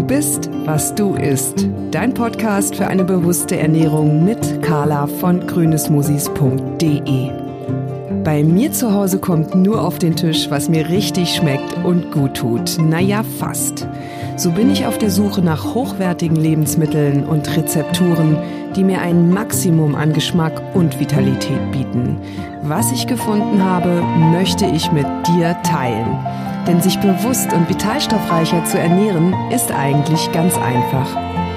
bist, was du isst. Dein Podcast für eine bewusste Ernährung mit Carla von grünesmusis.de. Bei mir zu Hause kommt nur auf den Tisch, was mir richtig schmeckt und gut tut. Naja, fast. So bin ich auf der Suche nach hochwertigen Lebensmitteln und Rezepturen, die mir ein Maximum an Geschmack und Vitalität bieten. Was ich gefunden habe, möchte ich mit dir teilen. Denn sich bewusst und vitalstoffreicher zu ernähren, ist eigentlich ganz einfach.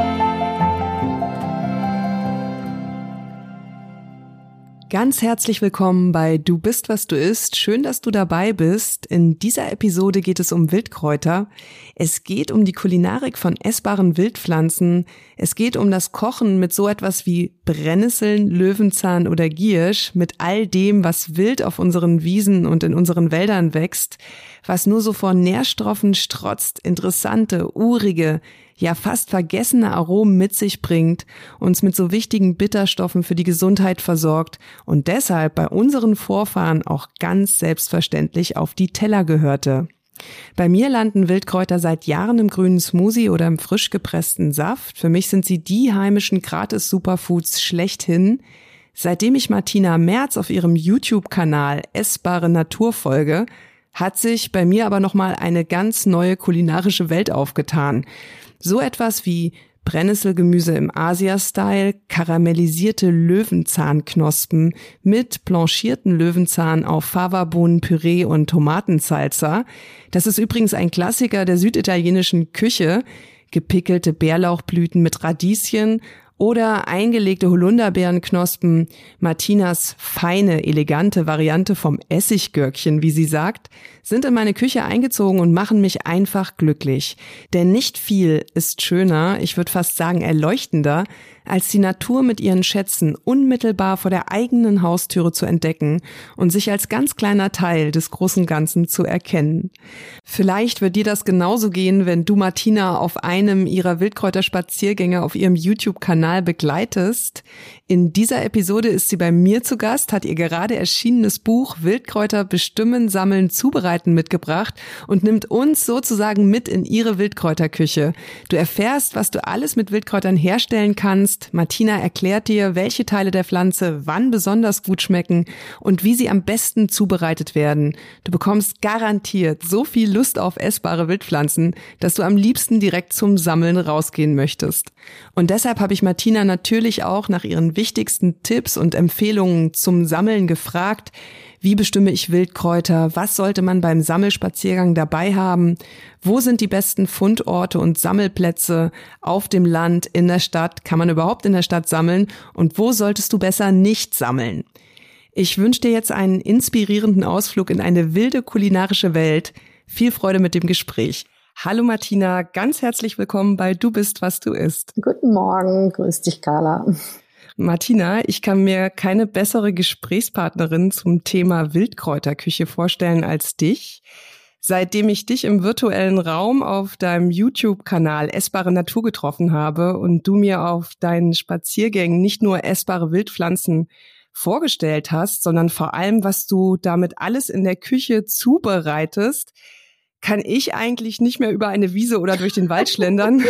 Ganz herzlich willkommen bei Du bist, was du isst. Schön, dass du dabei bist. In dieser Episode geht es um Wildkräuter. Es geht um die Kulinarik von essbaren Wildpflanzen. Es geht um das Kochen mit so etwas wie Brennnesseln, Löwenzahn oder Giersch, mit all dem, was wild auf unseren Wiesen und in unseren Wäldern wächst, was nur so vor Nährstoffen strotzt, interessante, urige, ja fast vergessene Aromen mit sich bringt, uns mit so wichtigen Bitterstoffen für die Gesundheit versorgt und deshalb bei unseren Vorfahren auch ganz selbstverständlich auf die Teller gehörte. Bei mir landen Wildkräuter seit Jahren im grünen Smoothie oder im frisch gepressten Saft. Für mich sind sie die heimischen Gratis-Superfoods schlechthin. Seitdem ich Martina Merz auf ihrem YouTube-Kanal Essbare Natur folge, hat sich bei mir aber nochmal eine ganz neue kulinarische Welt aufgetan. So etwas wie Brennnesselgemüse im Asia-Style, karamellisierte Löwenzahnknospen mit blanchierten Löwenzahn auf Fava-Bohnen-Püree und Tomatensalsa. Das ist übrigens ein Klassiker der süditalienischen Küche. Gepickelte Bärlauchblüten mit Radieschen oder eingelegte Holunderbeerenknospen, Martinas feine, elegante Variante vom Essiggürkchen, wie sie sagt, sind in meine Küche eingezogen und machen mich einfach glücklich. Denn nicht viel ist schöner, ich würde fast sagen erleuchtender, als die Natur mit ihren Schätzen unmittelbar vor der eigenen Haustüre zu entdecken und sich als ganz kleiner Teil des großen Ganzen zu erkennen. Vielleicht wird dir das genauso gehen, wenn du Martina auf einem ihrer Wildkräuterspaziergänge auf ihrem YouTube-Kanal begleitest. In dieser Episode ist sie bei mir zu Gast, hat ihr gerade erschienenes Buch Wildkräuter bestimmen, sammeln, zubereiten mitgebracht und nimmt uns sozusagen mit in ihre Wildkräuterküche. Du erfährst, was du alles mit Wildkräutern herstellen kannst. Martina erklärt dir, welche Teile der Pflanze wann besonders gut schmecken und wie sie am besten zubereitet werden. Du bekommst garantiert so viel Lust auf essbare Wildpflanzen, dass du am liebsten direkt zum Sammeln rausgehen möchtest. Und deshalb habe ich Martina natürlich auch nach ihren wichtigsten Tipps und Empfehlungen zum Sammeln gefragt. Wie bestimme ich Wildkräuter? Was sollte man beim Sammelspaziergang dabei haben? Wo sind die besten Fundorte und Sammelplätze auf dem Land, in der Stadt? Kann man überhaupt in der Stadt sammeln? Und wo solltest du besser nicht sammeln? Ich wünsche dir jetzt einen inspirierenden Ausflug in eine wilde kulinarische Welt. Viel Freude mit dem Gespräch. Hallo Martina, ganz herzlich willkommen bei Du bist, was du isst. Guten Morgen, grüß dich Carla. Martina, ich kann mir keine bessere Gesprächspartnerin zum Thema Wildkräuterküche vorstellen als dich. Seitdem ich dich im virtuellen Raum auf deinem YouTube-Kanal Essbare Natur getroffen habe und du mir auf deinen Spaziergängen nicht nur essbare Wildpflanzen vorgestellt hast, sondern vor allem, was du damit alles in der Küche zubereitest, kann ich eigentlich nicht mehr über eine Wiese oder durch den Wald schlendern,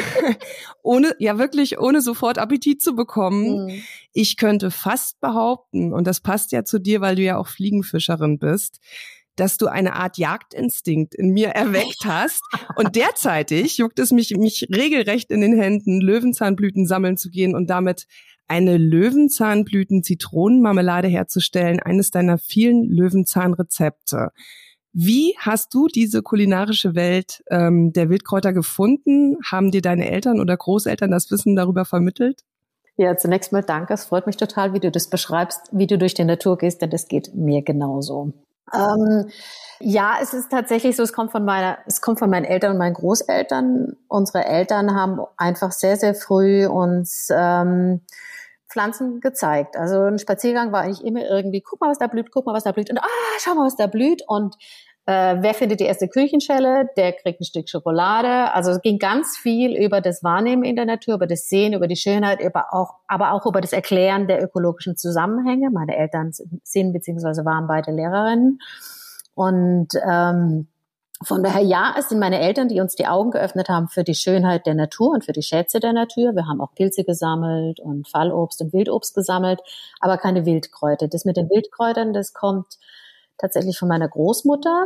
ohne sofort Appetit zu bekommen. Mhm. Ich könnte fast behaupten, und das passt ja zu dir, weil du ja auch Fliegenfischerin bist, dass du eine Art Jagdinstinkt in mir erweckt hast. Und derzeitig juckt es mich regelrecht in den Händen, Löwenzahnblüten sammeln zu gehen und damit eine Löwenzahnblüten-Zitronenmarmelade herzustellen, eines deiner vielen Löwenzahnrezepte. Wie hast du diese kulinarische Welt der Wildkräuter gefunden? Haben dir deine Eltern oder Großeltern das Wissen darüber vermittelt? Ja, zunächst mal danke. Es freut mich total, wie du das beschreibst, wie du durch die Natur gehst, denn das geht mir genauso. Ja, es ist tatsächlich so, es kommt von meinen Eltern und meinen Großeltern. Unsere Eltern haben einfach sehr, sehr früh uns Pflanzen gezeigt. Also ein Spaziergang war eigentlich immer irgendwie, guck mal, was da blüht und schau mal, was da blüht und wer findet die erste Küchenschelle, der kriegt ein Stück Schokolade. Also es ging ganz viel über das Wahrnehmen in der Natur, über das Sehen, über die Schönheit, aber auch über das Erklären der ökologischen Zusammenhänge. Meine Eltern sind bzw. waren beide Lehrerinnen und Von daher, ja, es sind meine Eltern, die uns die Augen geöffnet haben für die Schönheit der Natur und für die Schätze der Natur. Wir haben auch Pilze gesammelt und Fallobst und Wildobst gesammelt, aber keine Wildkräuter. Das mit den Wildkräutern, das kommt tatsächlich von meiner Großmutter.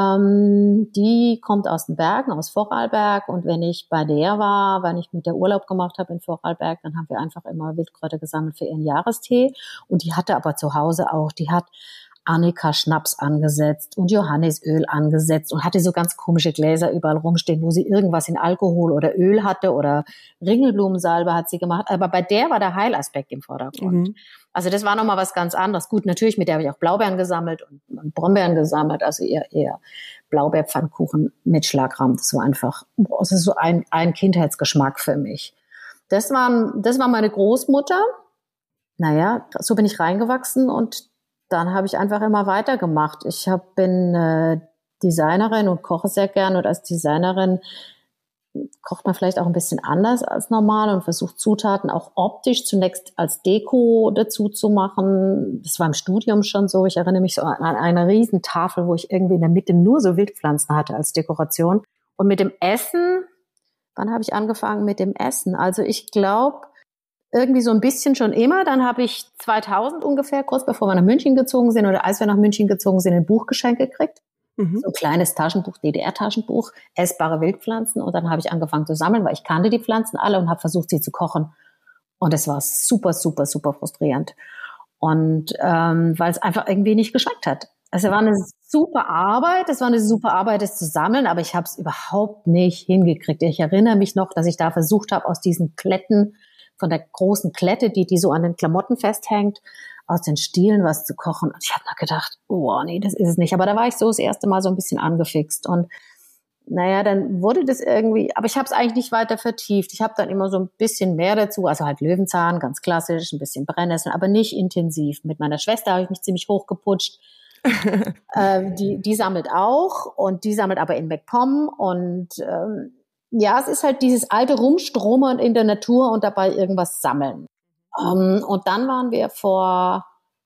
Die kommt aus den Bergen, aus Vorarlberg. Und wenn ich bei der war, wenn ich mit der Urlaub gemacht habe in Vorarlberg, dann haben wir einfach immer Wildkräuter gesammelt für ihren Jahrestee. Und die hatte aber zu Hause auch, die hat Annika Schnaps angesetzt und Johannisöl angesetzt und hatte so ganz komische Gläser überall rumstehen, wo sie irgendwas in Alkohol oder Öl hatte oder Ringelblumensalbe hat sie gemacht. Aber bei der war der Heilaspekt im Vordergrund. Mhm. Also das war nochmal was ganz anderes. Gut, natürlich, mit der habe ich auch Blaubeeren gesammelt und Brombeeren gesammelt, also eher Blaubeerpfannkuchen mit Schlagrahm. Das war einfach, das ist so ein Kindheitsgeschmack für mich. Das war meine Großmutter. Naja, so bin ich reingewachsen und dann habe ich einfach immer weitergemacht. Bin Designerin und koche sehr gern. Und als Designerin kocht man vielleicht auch ein bisschen anders als normal und versucht Zutaten auch optisch zunächst als Deko dazu zu machen. Das war im Studium schon so. Ich erinnere mich so an eine riesen Tafel, wo ich irgendwie in der Mitte nur so Wildpflanzen hatte als Dekoration. Und mit dem Essen, wann habe ich angefangen mit dem Essen? Also ich glaube, irgendwie so ein bisschen schon immer. Dann habe ich 2000 ungefähr, kurz bevor wir nach München gezogen sind oder als wir nach München gezogen sind, ein Buchgeschenk gekriegt. Mhm. So ein kleines Taschenbuch, DDR-Taschenbuch, essbare Wildpflanzen. Und dann habe ich angefangen zu sammeln, weil ich kannte die Pflanzen alle und habe versucht, sie zu kochen. Und es war super, super, super frustrierend. Und weil es einfach irgendwie nicht geschmeckt hat. Also es war eine super Arbeit, es zu sammeln, aber ich habe es überhaupt nicht hingekriegt. Ich erinnere mich noch, dass ich da versucht habe, aus diesen Kletten, von der großen Klette, die so an den Klamotten festhängt, aus den Stielen was zu kochen. Und ich habe mir gedacht, oh nee, das ist es nicht. Aber da war ich so das erste Mal so ein bisschen angefixt. Und naja, dann wurde das irgendwie, aber ich habe es eigentlich nicht weiter vertieft. Ich habe dann immer so ein bisschen mehr dazu, also halt Löwenzahn, ganz klassisch, ein bisschen Brennnesseln, aber nicht intensiv. Mit meiner Schwester habe ich mich ziemlich hochgeputscht. Die sammelt auch und die sammelt aber in MacPom und ja, es ist halt dieses alte Rumstromern in der Natur und dabei irgendwas sammeln. Und dann waren wir vor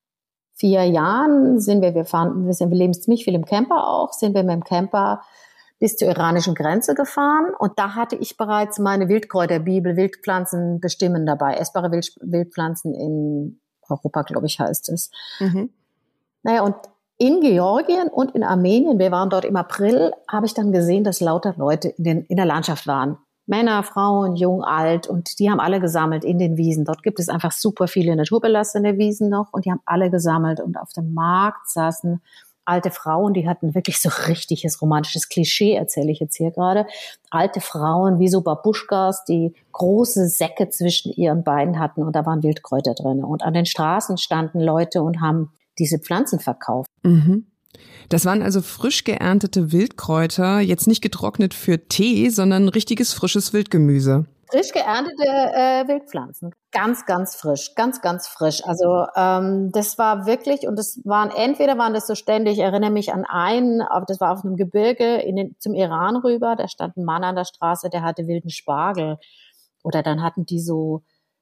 4 Jahren, wir leben ziemlich viel im Camper auch, sind wir mit dem Camper bis zur iranischen Grenze gefahren. Und da hatte ich bereits meine Wildkräuterbibel, Wildpflanzen bestimmen dabei, essbare Wildpflanzen in Europa, glaube ich, heißt es. Mhm. Naja, und in Georgien und in Armenien, wir waren dort im April, habe ich dann gesehen, dass lauter Leute in der Landschaft waren. Männer, Frauen, jung, alt und die haben alle gesammelt in den Wiesen. Dort gibt es einfach super viele naturbelassene Wiesen noch und die haben alle gesammelt. Und auf dem Markt saßen alte Frauen, die hatten wirklich so richtiges romantisches Klischee, erzähle ich jetzt hier gerade. Alte Frauen wie so Babuschkas, die große Säcke zwischen ihren Beinen hatten und da waren Wildkräuter drin. Und an den Straßen standen Leute und haben diese Pflanzen verkauft. Mhm. Das waren also frisch geerntete Wildkräuter, jetzt nicht getrocknet für Tee, sondern richtiges frisches Wildgemüse. Frisch geerntete Wildpflanzen. Ganz, ganz frisch, ganz, ganz frisch. Also das war wirklich, und entweder waren das so ständig, ich erinnere mich an einen, das war auf einem Gebirge zum Iran rüber, da stand ein Mann an der Straße, der hatte wilden Spargel. Oder dann hatten die so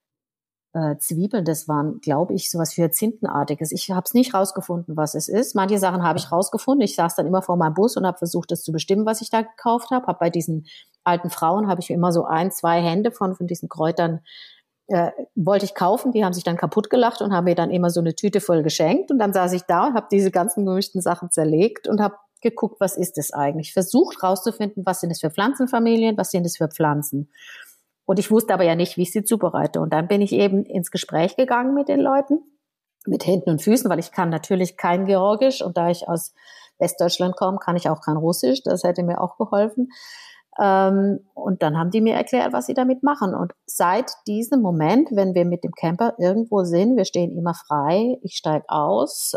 Zwiebeln, das waren, glaube ich, sowas Hyazinthenartiges. Ich habe es nicht rausgefunden, was es ist. Manche Sachen habe ich rausgefunden. Ich saß dann immer vor meinem Bus und habe versucht, das zu bestimmen, was ich da gekauft habe. Bei diesen alten Frauen habe ich mir immer so 1, 2 Hände von diesen Kräutern wollte ich kaufen. Die haben sich dann kaputt gelacht und haben mir dann immer so eine Tüte voll geschenkt. Und dann saß ich da und habe diese ganzen gemischten Sachen zerlegt und habe geguckt, was ist das eigentlich? Versucht rauszufinden, was sind das für Pflanzenfamilien, was sind das für Pflanzen? Und ich wusste aber ja nicht, wie ich sie zubereite. Und dann bin ich eben ins Gespräch gegangen mit den Leuten, mit Händen und Füßen, weil ich kann natürlich kein Georgisch. Und da ich aus Westdeutschland komme, kann ich auch kein Russisch. Das hätte mir auch geholfen. Und dann haben die mir erklärt, was sie damit machen. Und seit diesem Moment, wenn wir mit dem Camper irgendwo sind, wir stehen immer frei, ich steige aus,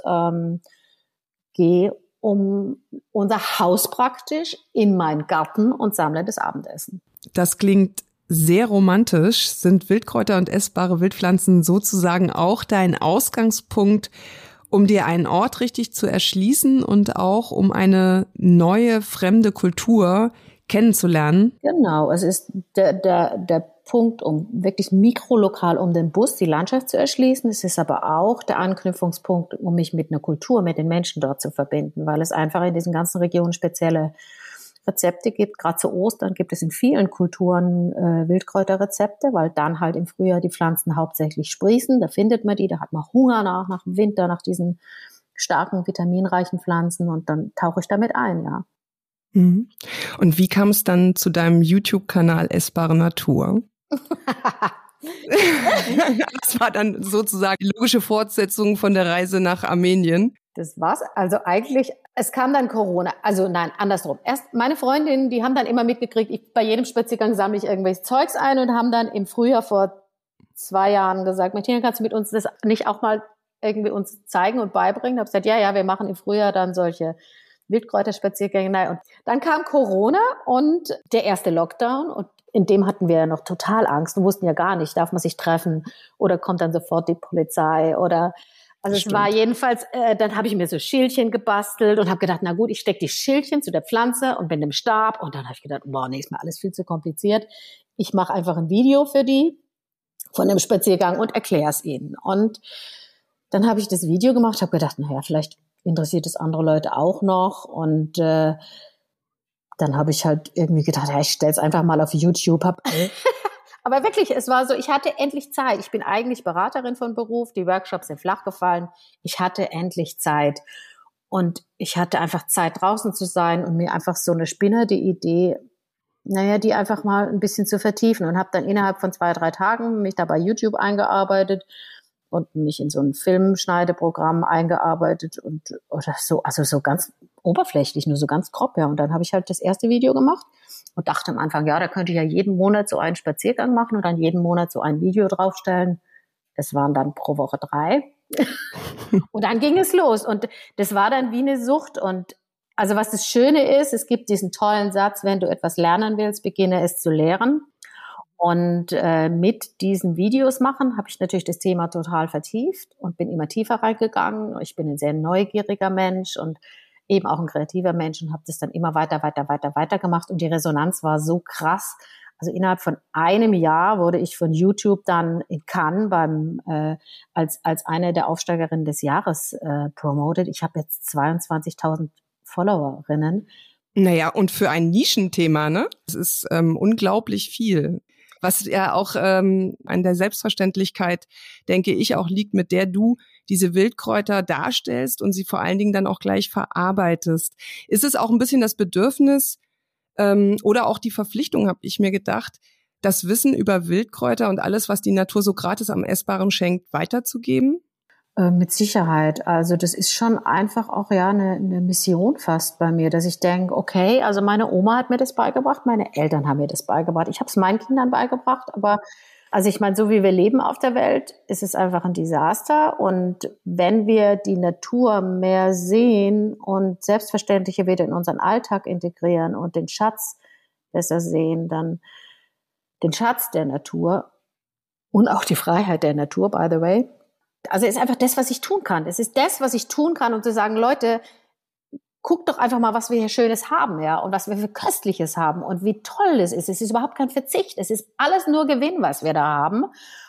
gehe um unser Haus praktisch in meinen Garten und sammle das Abendessen. Das klingt sehr romantisch. Sind Wildkräuter und essbare Wildpflanzen sozusagen auch dein Ausgangspunkt, um dir einen Ort richtig zu erschließen und auch um eine neue, fremde Kultur kennenzulernen? Genau, es ist der Punkt, um wirklich mikrolokal um den Bus die Landschaft zu erschließen. Es ist aber auch der Anknüpfungspunkt, um mich mit einer Kultur, mit den Menschen dort zu verbinden, weil es einfach in diesen ganzen Regionen spezielle Rezepte gibt. Gerade zu Ostern gibt es in vielen Kulturen Wildkräuterrezepte, weil dann halt im Frühjahr die Pflanzen hauptsächlich sprießen. Da findet man die, da hat man Hunger nach dem Winter, nach diesen starken, vitaminreichen Pflanzen und dann tauche ich damit ein, ja. Mhm. Und wie kam es dann zu deinem YouTube-Kanal Essbare Natur? Das war dann sozusagen die logische Fortsetzung von der Reise nach Armenien. Das war's. Also eigentlich, es kam dann Corona. Also nein, andersrum. Erst meine Freundinnen, die haben dann immer mitgekriegt, bei jedem Spaziergang sammle ich irgendwelches Zeugs ein und haben dann im Frühjahr vor 2 Jahren gesagt, Martina, kannst du mit uns das nicht auch mal irgendwie uns zeigen und beibringen? Ich habe gesagt, ja, wir machen im Frühjahr dann solche Wildkräuterspaziergänge. Und dann kam Corona und der erste Lockdown und in dem hatten wir ja noch total Angst und wussten ja gar nicht, darf man sich treffen oder kommt dann sofort die Polizei oder also es war jedenfalls, dann habe ich mir so Schildchen gebastelt und habe gedacht, na gut, ich stecke die Schildchen zu der Pflanze und bin im Stab und dann habe ich gedacht, boah, nee, ist mir alles viel zu kompliziert. Ich mache einfach ein Video für die von dem Spaziergang und erkläre es ihnen. Und dann habe ich das Video gemacht, habe gedacht, naja, vielleicht interessiert es andere Leute auch noch und dann habe ich halt irgendwie gedacht, ja, ich stelle es einfach mal auf YouTube. Aber wirklich, es war so, ich hatte endlich Zeit. Ich bin eigentlich Beraterin von Beruf, die Workshops sind flach gefallen. Ich hatte endlich Zeit und ich hatte einfach Zeit, draußen zu sein und mir einfach so eine spinnerte Idee, die einfach mal ein bisschen zu vertiefen und habe dann innerhalb von 2, 3 Tagen mich da bei YouTube eingearbeitet und mich in so ein Filmschneideprogramm eingearbeitet und oder so, also so ganz oberflächlich, nur so ganz grob, ja. Und dann habe ich halt das erste Video gemacht und dachte am Anfang, ja, da könnte ich ja jeden Monat so einen Spaziergang machen und dann jeden Monat so ein Video draufstellen. Das waren dann pro Woche 3. Und dann ging es los und das war dann wie eine Sucht und also was das Schöne ist, es gibt diesen tollen Satz, wenn du etwas lernen willst, beginne es zu lehren. Und mit diesen Videos machen habe ich natürlich das Thema total vertieft und bin immer tiefer reingegangen. Ich bin ein sehr neugieriger Mensch und eben auch ein kreativer Mensch und habe das dann immer weiter gemacht. Und die Resonanz war so krass. Also innerhalb von einem Jahr wurde ich von YouTube dann in Cannes als eine der Aufsteigerinnen des Jahres promoted. Ich habe jetzt 22.000 Followerinnen. Naja, und für ein Nischenthema, ne? Das ist unglaublich viel. Was ja auch an der Selbstverständlichkeit, denke ich, auch liegt, mit der du diese Wildkräuter darstellst und sie vor allen Dingen dann auch gleich verarbeitest. Ist es auch ein bisschen das Bedürfnis oder auch die Verpflichtung, habe ich mir gedacht, das Wissen über Wildkräuter und alles, was die Natur so gratis am Essbaren schenkt, weiterzugeben? Mit Sicherheit. Also das ist schon einfach auch ja eine Mission fast bei mir, dass ich denke, okay, also meine Oma hat mir das beigebracht, meine Eltern haben mir das beigebracht. Ich habe es meinen Kindern beigebracht, aber also ich meine, so wie wir leben auf der Welt, ist es einfach ein Desaster. Und wenn wir die Natur mehr sehen und selbstverständlicher wieder in unseren Alltag integrieren und den Schatz besser sehen, dann den Schatz der Natur und auch die Freiheit der Natur, by the way. Also es ist einfach das, was ich tun kann. Es ist das, was ich tun kann, um zu sagen, Leute, guckt doch einfach mal, was wir hier Schönes haben, ja, und was wir für Köstliches haben und wie toll es ist. Es ist überhaupt kein Verzicht. Es ist alles nur Gewinn, was wir da haben.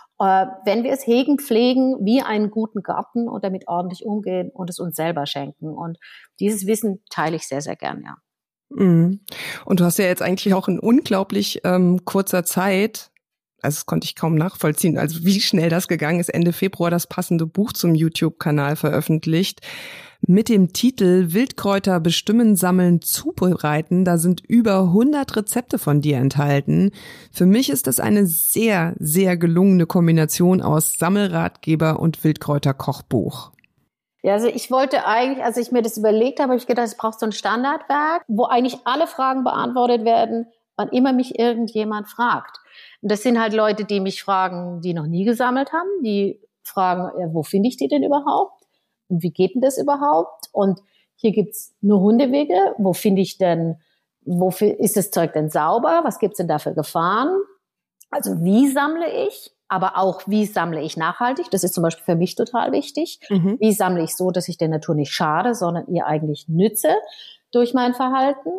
Wenn wir es hegen, pflegen, wie einen guten Garten und damit ordentlich umgehen und es uns selber schenken. Und dieses Wissen teile ich sehr, sehr gern, ja. Mhm. Und du hast ja jetzt eigentlich auch in unglaublich kurzer Zeit, also das konnte ich kaum nachvollziehen, also wie schnell das gegangen ist, Ende Februar das passende Buch zum YouTube-Kanal veröffentlicht. Mit dem Titel Wildkräuter bestimmen, sammeln, zubereiten. Da sind über 100 Rezepte von dir enthalten. Für mich ist das eine sehr, sehr gelungene Kombination aus Sammelratgeber und Wildkräuter-Kochbuch. Ja, also ich wollte eigentlich, als ich mir das überlegt habe, habe ich gedacht, es braucht so ein Standardwerk, wo eigentlich alle Fragen beantwortet werden, wann immer mich irgendjemand fragt. Und das sind halt Leute, die mich fragen, die noch nie gesammelt haben, die fragen, ja, wo finde ich die denn überhaupt? Und wie geht denn das überhaupt? Und hier gibt's nur Hundewege. Wo finde ich denn, wofür ist das Zeug denn sauber? Was gibt's denn da für Gefahren? Also wie sammle ich? Aber auch, wie sammle ich nachhaltig? Das ist zum Beispiel für mich total wichtig. Mhm. Wie sammle ich so, dass ich der Natur nicht schade, sondern ihr eigentlich nütze durch mein Verhalten?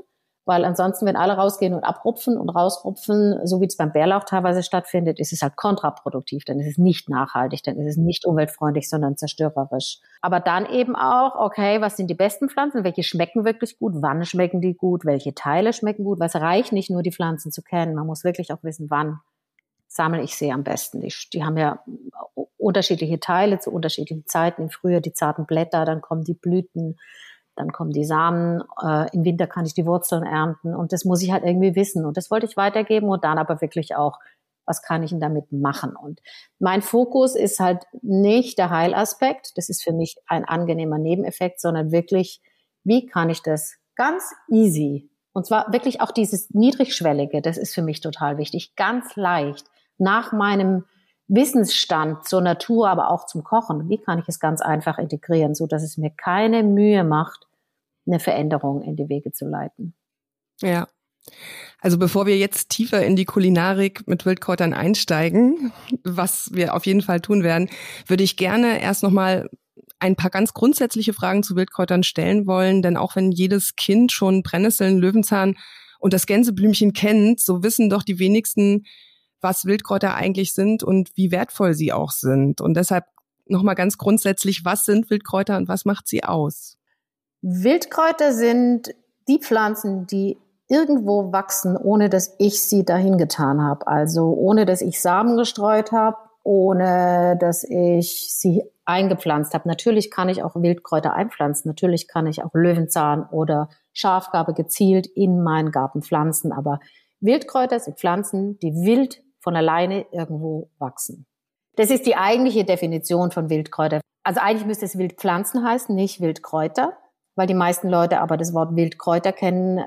Weil ansonsten, wenn alle rausgehen und abrupfen und rausrupfen, so wie es beim Bärlauch teilweise stattfindet, ist es halt kontraproduktiv. Dann ist es nicht nachhaltig, dann ist es nicht umweltfreundlich, sondern zerstörerisch. Aber dann eben auch, okay, was sind die besten Pflanzen? Welche schmecken wirklich gut? Wann schmecken die gut? Welche Teile schmecken gut? Weil es reicht nicht nur, die Pflanzen zu kennen. Man muss wirklich auch wissen, wann sammle ich sie am besten. Die haben ja unterschiedliche Teile zu unterschiedlichen Zeiten. Im Frühjahr die zarten Blätter, dann kommen die Blüten, dann kommen die Samen, im Winter kann ich die Wurzeln ernten und das muss ich halt irgendwie wissen und das wollte ich weitergeben und dann aber wirklich auch, was kann ich denn damit machen? Und mein Fokus ist halt nicht der Heilaspekt, das ist für mich ein angenehmer Nebeneffekt, sondern wirklich, wie kann ich das ganz easy, und zwar wirklich auch dieses Niedrigschwellige, das ist für mich total wichtig, ganz leicht, nach meinem Wissensstand zur Natur, aber auch zum Kochen, wie kann ich es ganz einfach integrieren, so dass es mir keine Mühe macht, eine Veränderung in die Wege zu leiten. Ja. Also bevor wir jetzt tiefer in die Kulinarik mit Wildkräutern einsteigen, was wir auf jeden Fall tun werden, würde ich gerne erst nochmal ein paar ganz grundsätzliche Fragen zu Wildkräutern stellen wollen, denn auch wenn jedes Kind schon Brennnesseln, Löwenzahn und das Gänseblümchen kennt, so wissen doch die wenigsten, was Wildkräuter eigentlich sind und wie wertvoll sie auch sind. Und deshalb nochmal ganz grundsätzlich, was sind Wildkräuter und was macht sie aus? Wildkräuter sind die Pflanzen, die irgendwo wachsen, ohne dass ich sie dahin getan habe. Also ohne dass ich Samen gestreut habe, ohne dass ich sie eingepflanzt habe. Natürlich kann ich auch Wildkräuter einpflanzen. Natürlich kann ich auch Löwenzahn oder Schafgarbe gezielt in meinen Garten pflanzen. Aber Wildkräuter sind Pflanzen, die wild von alleine irgendwo wachsen. Das ist die eigentliche Definition von Wildkräuter. Also eigentlich müsste es Wildpflanzen heißen, nicht Wildkräuter. Weil die meisten Leute aber das Wort Wildkräuter kennen,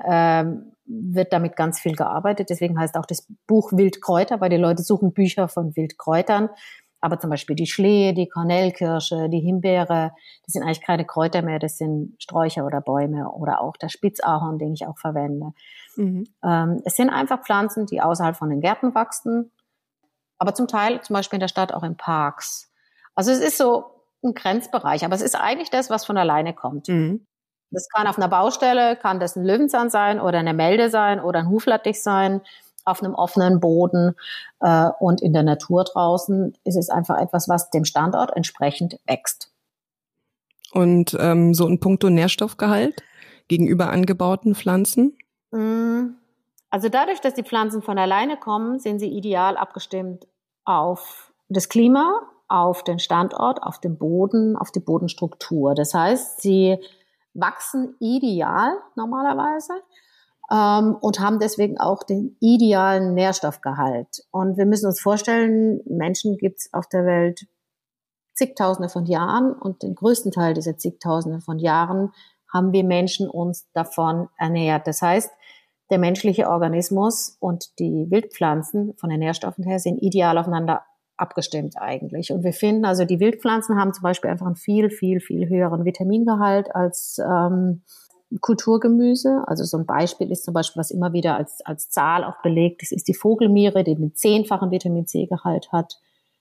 wird damit ganz viel gearbeitet. Deswegen heißt auch das Buch Wildkräuter, weil die Leute suchen Bücher von Wildkräutern. Aber zum Beispiel die Schlehe, die Kornelkirsche, die Himbeere, das sind eigentlich keine Kräuter mehr, das sind Sträucher oder Bäume oder auch der Spitzahorn, den ich auch verwende. Mhm. Es sind einfach Pflanzen, die außerhalb von den Gärten wachsen, aber zum Teil zum Beispiel in der Stadt auch in Parks. Also es ist so ein Grenzbereich, aber es ist eigentlich das, was von alleine kommt. Mhm. Das kann auf einer Baustelle, kann das ein Löwenzahn sein oder eine Melde sein oder ein Huflattich sein, auf einem offenen Boden und in der Natur draußen ist es einfach etwas, was dem Standort entsprechend wächst. Und so in puncto Nährstoffgehalt gegenüber angebauten Pflanzen? Also dadurch, dass die Pflanzen von alleine kommen, sind sie ideal abgestimmt auf das Klima, auf den Standort, auf den Boden, auf die Bodenstruktur. Das heißt, sie wachsen ideal normalerweise und haben deswegen auch den idealen Nährstoffgehalt. Und wir müssen uns vorstellen, Menschen gibt es auf der Welt zigtausende von Jahren und den größten Teil dieser zigtausende von Jahren haben wir Menschen uns davon ernährt. Das heißt, der menschliche Organismus und die Wildpflanzen von den Nährstoffen her sind ideal aufeinander abgestimmt eigentlich. Und wir finden, also die Wildpflanzen haben zum Beispiel einfach einen viel, viel, viel höheren Vitamingehalt als Kulturgemüse. Also so ein Beispiel ist zum Beispiel, was immer wieder als Zahl auch belegt ist, ist die Vogelmiere, die einen 10-fachen Vitamin-C-Gehalt hat,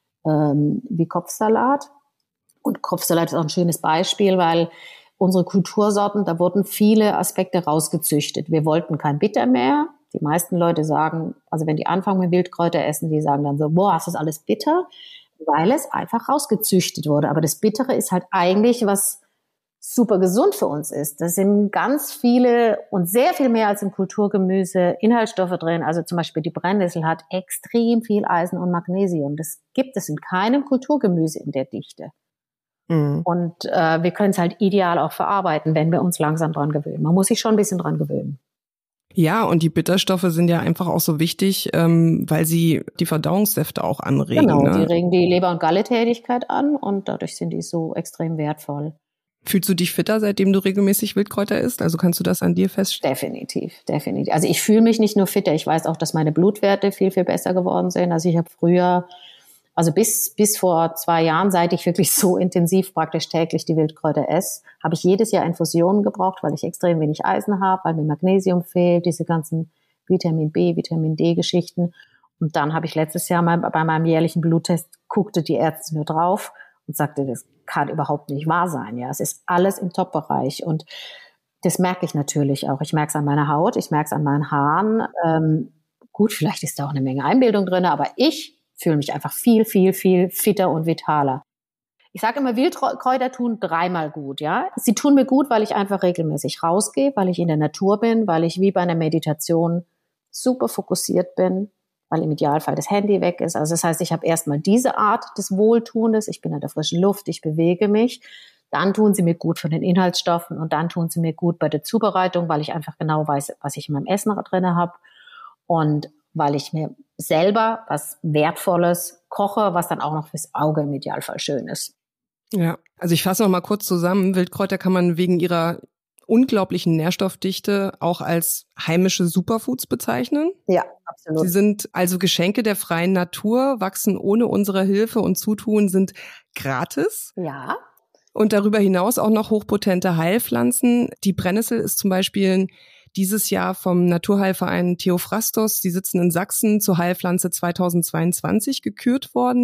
wie Kopfsalat. Und Kopfsalat ist auch ein schönes Beispiel, weil unsere Kultursorten, da wurden viele Aspekte rausgezüchtet. Wir wollten kein Bitter mehr. Die meisten Leute sagen, also wenn die anfangen mit Wildkräuter essen, die sagen dann so, boah, ist das alles bitter? Weil es einfach rausgezüchtet wurde. Aber das Bittere ist halt eigentlich, was super gesund für uns ist. Da sind ganz viele und sehr viel mehr als im Kulturgemüse Inhaltsstoffe drin. Also zum Beispiel die Brennnessel hat extrem viel Eisen und Magnesium. Das gibt es in keinem Kulturgemüse in der Dichte. Mhm. Und wir können es halt ideal auch verarbeiten, wenn wir uns langsam dran gewöhnen. Man muss sich schon ein bisschen dran gewöhnen. Ja, und die Bitterstoffe sind ja einfach auch so wichtig, weil sie die Verdauungssäfte auch anregen. Genau, ne? Die regen die Leber- und Gallentätigkeit an und dadurch sind die so extrem wertvoll. Fühlst du dich fitter, seitdem du regelmäßig Wildkräuter isst? Also kannst du das an dir feststellen? Definitiv. Also ich fühle mich nicht nur fitter, ich weiß auch, dass meine Blutwerte viel, viel besser geworden sind. Also ich habe früher, also bis vor 2 Jahren, seit ich wirklich so intensiv praktisch täglich die Wildkräuter esse, habe ich jedes Jahr Infusionen gebraucht, weil ich extrem wenig Eisen habe, weil mir Magnesium fehlt, diese ganzen Vitamin B, Vitamin D-Geschichten. Und dann habe ich letztes Jahr mal bei meinem jährlichen Bluttest, guckte die Ärztin nur drauf und sagte, das kann überhaupt nicht wahr sein. Ja, es ist alles im Top-Bereich. Und Das merke ich natürlich auch. Ich merke es an meiner Haut, ich merke es an meinen Haaren. Gut, vielleicht ist da auch eine Menge Einbildung drin, aber ich fühle mich einfach viel, viel, viel fitter und vitaler. Ich sage immer, Wildkräuter tun 3-mal gut, ja. Sie tun mir gut, weil ich einfach regelmäßig rausgehe, weil ich in der Natur bin, weil ich wie bei einer Meditation super fokussiert bin, weil im Idealfall das Handy weg ist. Also das heißt, ich habe erstmal diese Art des Wohltuendes. Ich bin in der frischen Luft, ich bewege mich. Dann tun sie mir gut von den Inhaltsstoffen und dann tun sie mir gut bei der Zubereitung, weil ich einfach genau weiß, was ich in meinem Essen drin habe und weil ich mir selber was Wertvolles koche, was dann auch noch fürs Auge im Idealfall schön ist. Ja, also ich fasse noch mal kurz zusammen. Wildkräuter kann man wegen ihrer unglaublichen Nährstoffdichte auch als heimische Superfoods bezeichnen. Ja, absolut. Sie sind also Geschenke der freien Natur, wachsen ohne unsere Hilfe und Zutun, sind gratis. Ja. Und darüber hinaus auch noch hochpotente Heilpflanzen. Die Brennnessel ist zum Beispiel dieses Jahr vom Naturheilverein Theophrastos, die sitzen in Sachsen, zur Heilpflanze 2022 gekürt worden.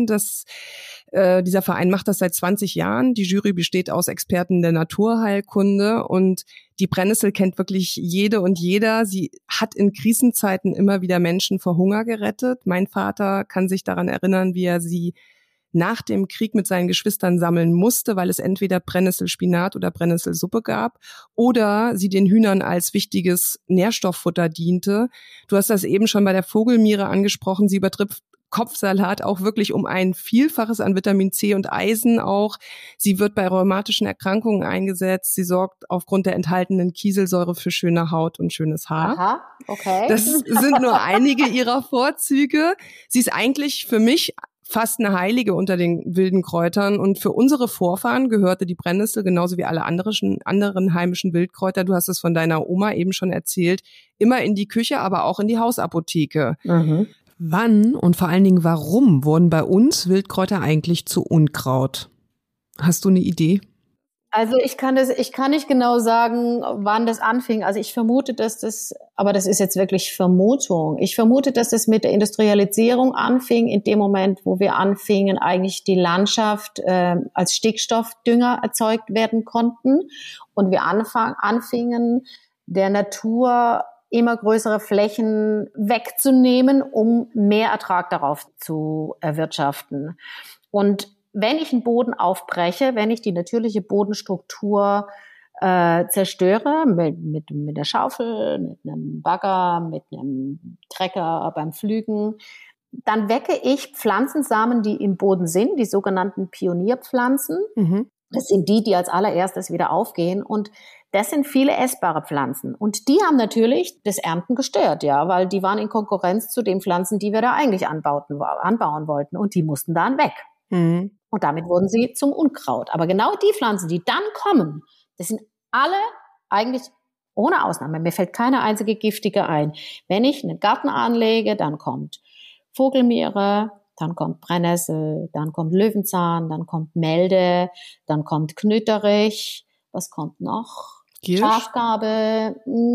Dieser Verein macht das seit 20 Jahren. Die Jury besteht aus Experten der Naturheilkunde und die Brennnessel kennt wirklich jede und jeder. Sie hat in Krisenzeiten immer wieder Menschen vor Hunger gerettet. Mein Vater kann sich daran erinnern, wie er sie nach dem Krieg mit seinen Geschwistern sammeln musste, weil es entweder Brennnesselspinat oder Brennnesselsuppe gab oder sie den Hühnern als wichtiges Nährstofffutter diente. Du hast das eben schon bei der Vogelmiere angesprochen. Sie übertrifft Kopfsalat auch wirklich um ein Vielfaches an Vitamin C und Eisen auch. Sie wird bei rheumatischen Erkrankungen eingesetzt. Sie sorgt aufgrund der enthaltenen Kieselsäure für schöne Haut und schönes Haar. Aha, okay. Das sind nur einige ihrer Vorzüge. Sie ist eigentlich für mich fast eine Heilige unter den wilden Kräutern. Und für unsere Vorfahren gehörte die Brennnessel genauso wie alle anderen heimischen Wildkräuter, du hast es von deiner Oma eben schon erzählt, immer in die Küche, aber auch in die Hausapotheke. Mhm. Wann und vor allen Dingen warum wurden bei uns Wildkräuter eigentlich zu Unkraut? Hast du eine Idee? Also ich kann nicht genau sagen, wann das anfing. Also ich vermute, aber das ist jetzt wirklich Vermutung. Ich vermute, dass das mit der Industrialisierung anfing, in dem Moment, wo wir anfingen, eigentlich die Landschaft als Stickstoffdünger erzeugt werden konnten und wir anfingen, der Natur immer größere Flächen wegzunehmen, um mehr Ertrag darauf zu erwirtschaften. Und wenn ich einen Boden aufbreche, wenn ich die natürliche Bodenstruktur zerstöre, mit der Schaufel, mit einem Bagger, mit einem Trecker beim Pflügen, dann wecke ich Pflanzensamen, die im Boden sind, die sogenannten Pionierpflanzen. Mhm. Das sind die als allererstes wieder aufgehen und das sind viele essbare Pflanzen. Und die haben natürlich das Ernten gestört, ja, weil die waren in Konkurrenz zu den Pflanzen, die wir da eigentlich anbauen wollten und die mussten dann weg. Mhm. Und damit wurden sie zum Unkraut. Aber genau die Pflanzen, die dann kommen, das sind alle eigentlich ohne Ausnahme. Mir fällt keine einzige giftige ein. Wenn ich einen Garten anlege, dann kommt Vogelmiere, dann kommt Brennnessel, dann kommt Löwenzahn, dann kommt Melde, dann kommt Knütterich. Was kommt noch? Giersch? Schafgarbe.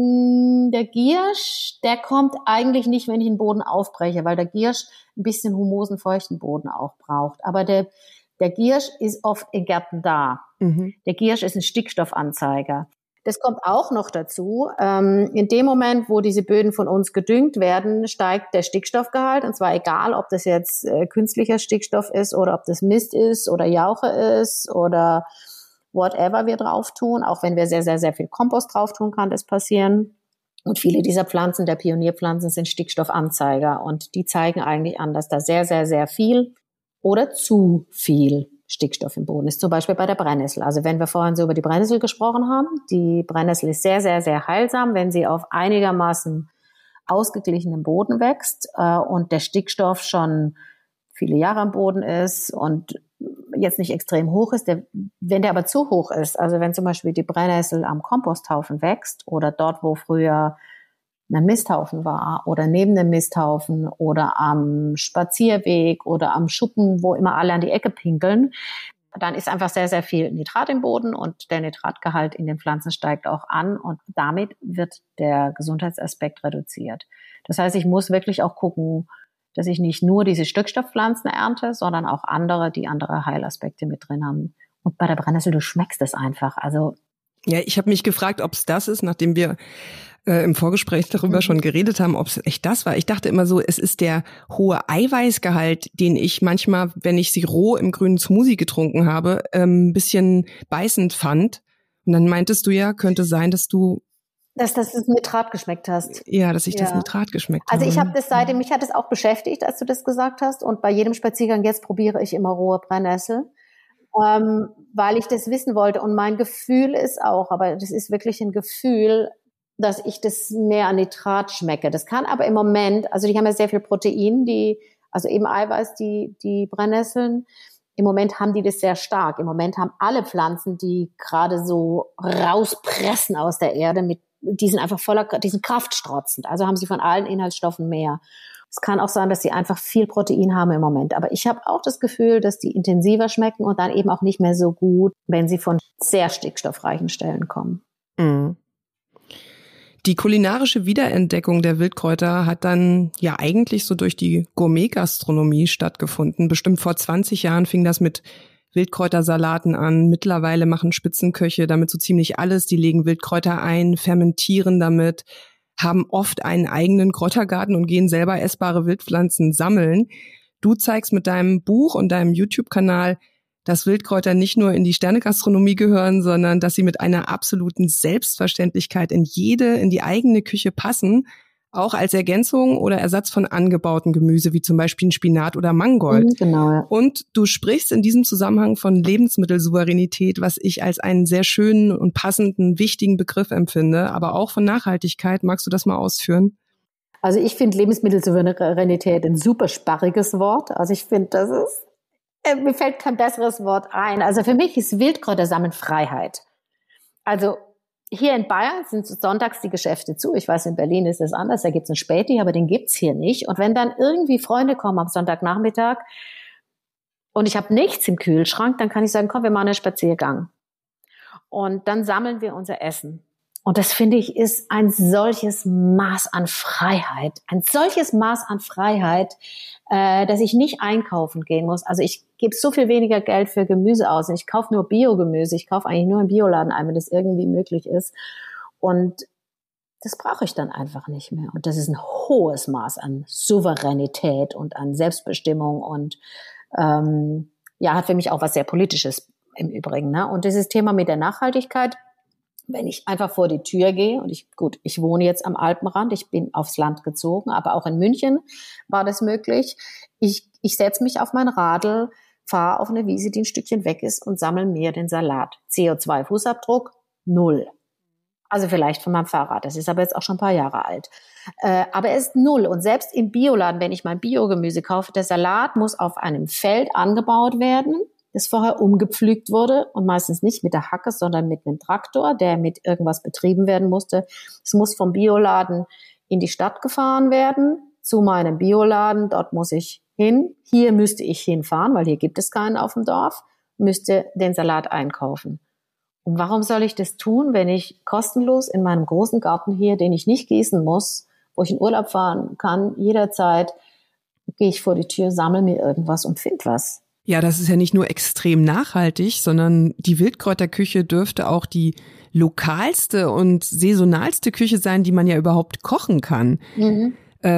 Der Giersch, der kommt eigentlich nicht, wenn ich den Boden aufbreche, weil der Giersch ein bisschen humosen, feuchten Boden auch braucht. Aber der Giersch ist oft in Gärten da. Mhm. Der Giersch ist ein Stickstoffanzeiger. Das kommt auch noch dazu. In dem Moment, wo diese Böden von uns gedüngt werden, steigt der Stickstoffgehalt. Und zwar egal, ob das jetzt künstlicher Stickstoff ist oder ob das Mist ist oder Jauche ist oder whatever wir drauf tun. Auch wenn wir sehr, sehr, sehr viel Kompost drauf tun, kann das passieren. Und viele dieser Pflanzen, der Pionierpflanzen, sind Stickstoffanzeiger. Und die zeigen eigentlich an, dass da sehr, sehr, sehr viel oder zu viel Stickstoff im Boden ist. Zum Beispiel bei der Brennnessel. Also wenn wir vorhin so über die Brennnessel gesprochen haben, die Brennnessel ist sehr, sehr, sehr heilsam, wenn sie auf einigermaßen ausgeglichenem Boden wächst und der Stickstoff schon viele Jahre am Boden ist und jetzt nicht extrem hoch ist. Wenn der aber zu hoch ist, also wenn zum Beispiel die Brennnessel am Komposthaufen wächst oder dort, wo früher ein Misthaufen war oder neben dem Misthaufen oder am Spazierweg oder am Schuppen, wo immer alle an die Ecke pinkeln, dann ist einfach sehr, sehr viel Nitrat im Boden und der Nitratgehalt in den Pflanzen steigt auch an und damit wird der Gesundheitsaspekt reduziert. Das heißt, ich muss wirklich auch gucken, dass ich nicht nur diese Stickstoffpflanzen ernte, sondern auch andere, die andere Heilaspekte mit drin haben. Und bei der Brennnessel, du schmeckst es einfach. Also Ja, ich habe mich gefragt, ob es das ist, nachdem wir im Vorgespräch darüber schon geredet haben, ob es echt das war. Ich dachte immer so, es ist der hohe Eiweißgehalt, den ich manchmal, wenn ich sie roh im grünen Smoothie getrunken habe, ein bisschen beißend fand. Und dann meintest du ja, könnte sein, dass du dass das Nitrat geschmeckt hast. Ja, dass ich das Nitrat geschmeckt habe. Also ich habe das seitdem, mich hat es auch beschäftigt, als du das gesagt hast. Und bei jedem Spaziergang jetzt probiere ich immer rohe Brennnessel, weil ich das wissen wollte. Und mein Gefühl ist auch, aber das ist wirklich ein Gefühl, dass ich das mehr an Nitrat schmecke. Das kann aber im Moment, also die haben ja sehr viel Protein, also eben Eiweiß, die Brennnesseln. Im Moment haben die das sehr stark. Im Moment haben alle Pflanzen, die gerade so rauspressen aus der Erde, die sind einfach die sind kraftstrotzend. Also haben sie von allen Inhaltsstoffen mehr. Es kann auch sein, dass sie einfach viel Protein haben im Moment. Aber ich habe auch das Gefühl, dass die intensiver schmecken und dann eben auch nicht mehr so gut, wenn sie von sehr stickstoffreichen Stellen kommen. Mhm. Die kulinarische Wiederentdeckung der Wildkräuter hat dann ja eigentlich so durch die Gourmet-Gastronomie stattgefunden. Bestimmt vor 20 Jahren fing das mit Wildkräutersalaten an. Mittlerweile machen Spitzenköche damit so ziemlich alles. Die legen Wildkräuter ein, fermentieren damit, haben oft einen eigenen Kräutergarten und gehen selber essbare Wildpflanzen sammeln. Du zeigst mit deinem Buch und deinem YouTube-Kanal, dass Wildkräuter nicht nur in die Sternegastronomie gehören, sondern dass sie mit einer absoluten Selbstverständlichkeit in die eigene Küche passen, auch als Ergänzung oder Ersatz von angebauten Gemüse, wie zum Beispiel ein Spinat oder Mangold. Genau, ja. Und du sprichst in diesem Zusammenhang von Lebensmittelsouveränität, was ich als einen sehr schönen und passenden, wichtigen Begriff empfinde, aber auch von Nachhaltigkeit. Magst du das mal ausführen? Also ich finde Lebensmittelsouveränität ein super sparriges Wort. Also ich finde, mir fällt kein besseres Wort ein. Also für mich ist Wildkräutersammeln Freiheit. Also hier in Bayern sind sonntags die Geschäfte zu. Ich weiß, in Berlin ist es anders, da gibt's einen Späti, aber den gibt's hier nicht. Und wenn dann irgendwie Freunde kommen am Sonntagnachmittag und ich habe nichts im Kühlschrank, dann kann ich sagen, komm, wir machen einen Spaziergang. Und dann sammeln wir unser Essen. Und das, finde ich, ist ein solches Maß an Freiheit. Dass ich nicht einkaufen gehen muss. Also ich gebe so viel weniger Geld für Gemüse aus. Ich kaufe nur Biogemüse. Ich kaufe eigentlich nur im Bioladen ein, wenn das irgendwie möglich ist. Und das brauche ich dann einfach nicht mehr. Und das ist ein hohes Maß an Souveränität und an Selbstbestimmung und hat für mich auch was sehr Politisches im Übrigen. Ne? Und dieses Thema mit der Nachhaltigkeit, wenn ich einfach vor die Tür gehe, und ich wohne jetzt am Alpenrand, ich bin aufs Land gezogen, aber auch in München war das möglich. Ich setze mich auf mein Radl, fahre auf eine Wiese, die ein Stückchen weg ist und sammle mir den Salat. CO2-Fußabdruck 0. Also vielleicht von meinem Fahrrad, das ist aber jetzt auch schon ein paar Jahre alt. Aber er ist 0. Und selbst im Bioladen, wenn ich mein Biogemüse kaufe, der Salat muss auf einem Feld angebaut werden, das vorher umgepflügt wurde und meistens nicht mit der Hacke, sondern mit einem Traktor, der mit irgendwas betrieben werden musste. Es muss vom Bioladen in die Stadt gefahren werden, zu meinem Bioladen. Dort muss ich hin. Hier müsste ich hinfahren, weil hier gibt es keinen auf dem Dorf, müsste den Salat einkaufen. Und warum soll ich das tun, wenn ich kostenlos in meinem großen Garten hier, den ich nicht gießen muss, wo ich in Urlaub fahren kann, jederzeit gehe ich vor die Tür, sammle mir irgendwas und finde was. Ja, das ist ja nicht nur extrem nachhaltig, sondern die Wildkräuterküche dürfte auch die lokalste und saisonalste Küche sein, die man ja überhaupt kochen kann. Mhm.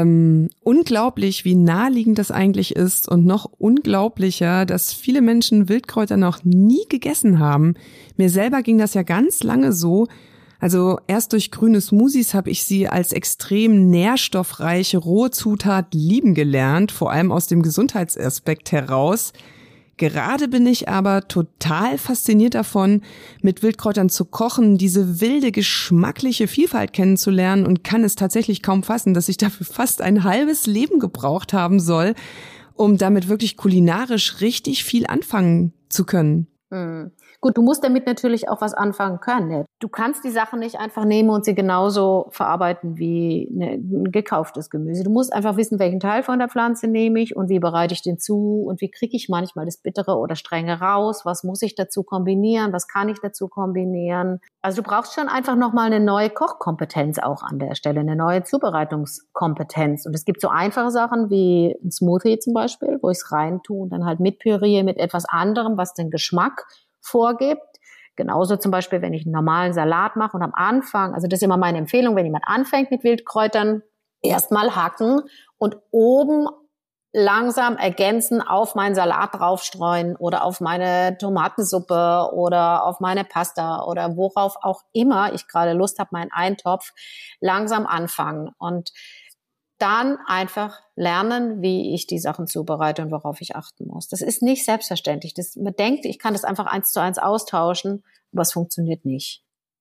Unglaublich, wie naheliegend das eigentlich ist und noch unglaublicher, dass viele Menschen Wildkräuter noch nie gegessen haben. Mir selber ging das ja ganz lange so. Also erst durch grüne Smoothies habe ich sie als extrem nährstoffreiche rohe Zutat lieben gelernt, vor allem aus dem Gesundheitsaspekt heraus. Gerade bin ich aber total fasziniert davon, mit Wildkräutern zu kochen, diese wilde, geschmackliche Vielfalt kennenzulernen und kann es tatsächlich kaum fassen, dass ich dafür fast ein halbes Leben gebraucht haben soll, um damit wirklich kulinarisch richtig viel anfangen zu können. Mhm. Gut, du musst damit natürlich auch was anfangen können. Ne? Du kannst die Sachen nicht einfach nehmen und sie genauso verarbeiten wie ein gekauftes Gemüse. Du musst einfach wissen, welchen Teil von der Pflanze nehme ich und wie bereite ich den zu und wie kriege ich manchmal das Bittere oder Strenge raus. Was muss ich dazu kombinieren? Was kann ich dazu kombinieren? Also du brauchst schon einfach nochmal eine neue Kochkompetenz auch an der Stelle, eine neue Zubereitungskompetenz. Und es gibt so einfache Sachen wie ein Smoothie zum Beispiel, wo ich es rein tue und dann halt mitpüriere mit etwas anderem, was den Geschmack vorgibt. Genauso zum Beispiel, wenn ich einen normalen Salat mache und am Anfang, also das ist immer meine Empfehlung, wenn jemand anfängt mit Wildkräutern, erstmal hacken und oben langsam ergänzen, auf meinen Salat draufstreuen oder auf meine Tomatensuppe oder auf meine Pasta oder worauf auch immer ich gerade Lust habe, meinen Eintopf, langsam anfangen und dann einfach lernen, wie ich die Sachen zubereite und worauf ich achten muss. Das ist nicht selbstverständlich. Man denkt, ich kann das einfach 1:1 austauschen, aber es funktioniert nicht.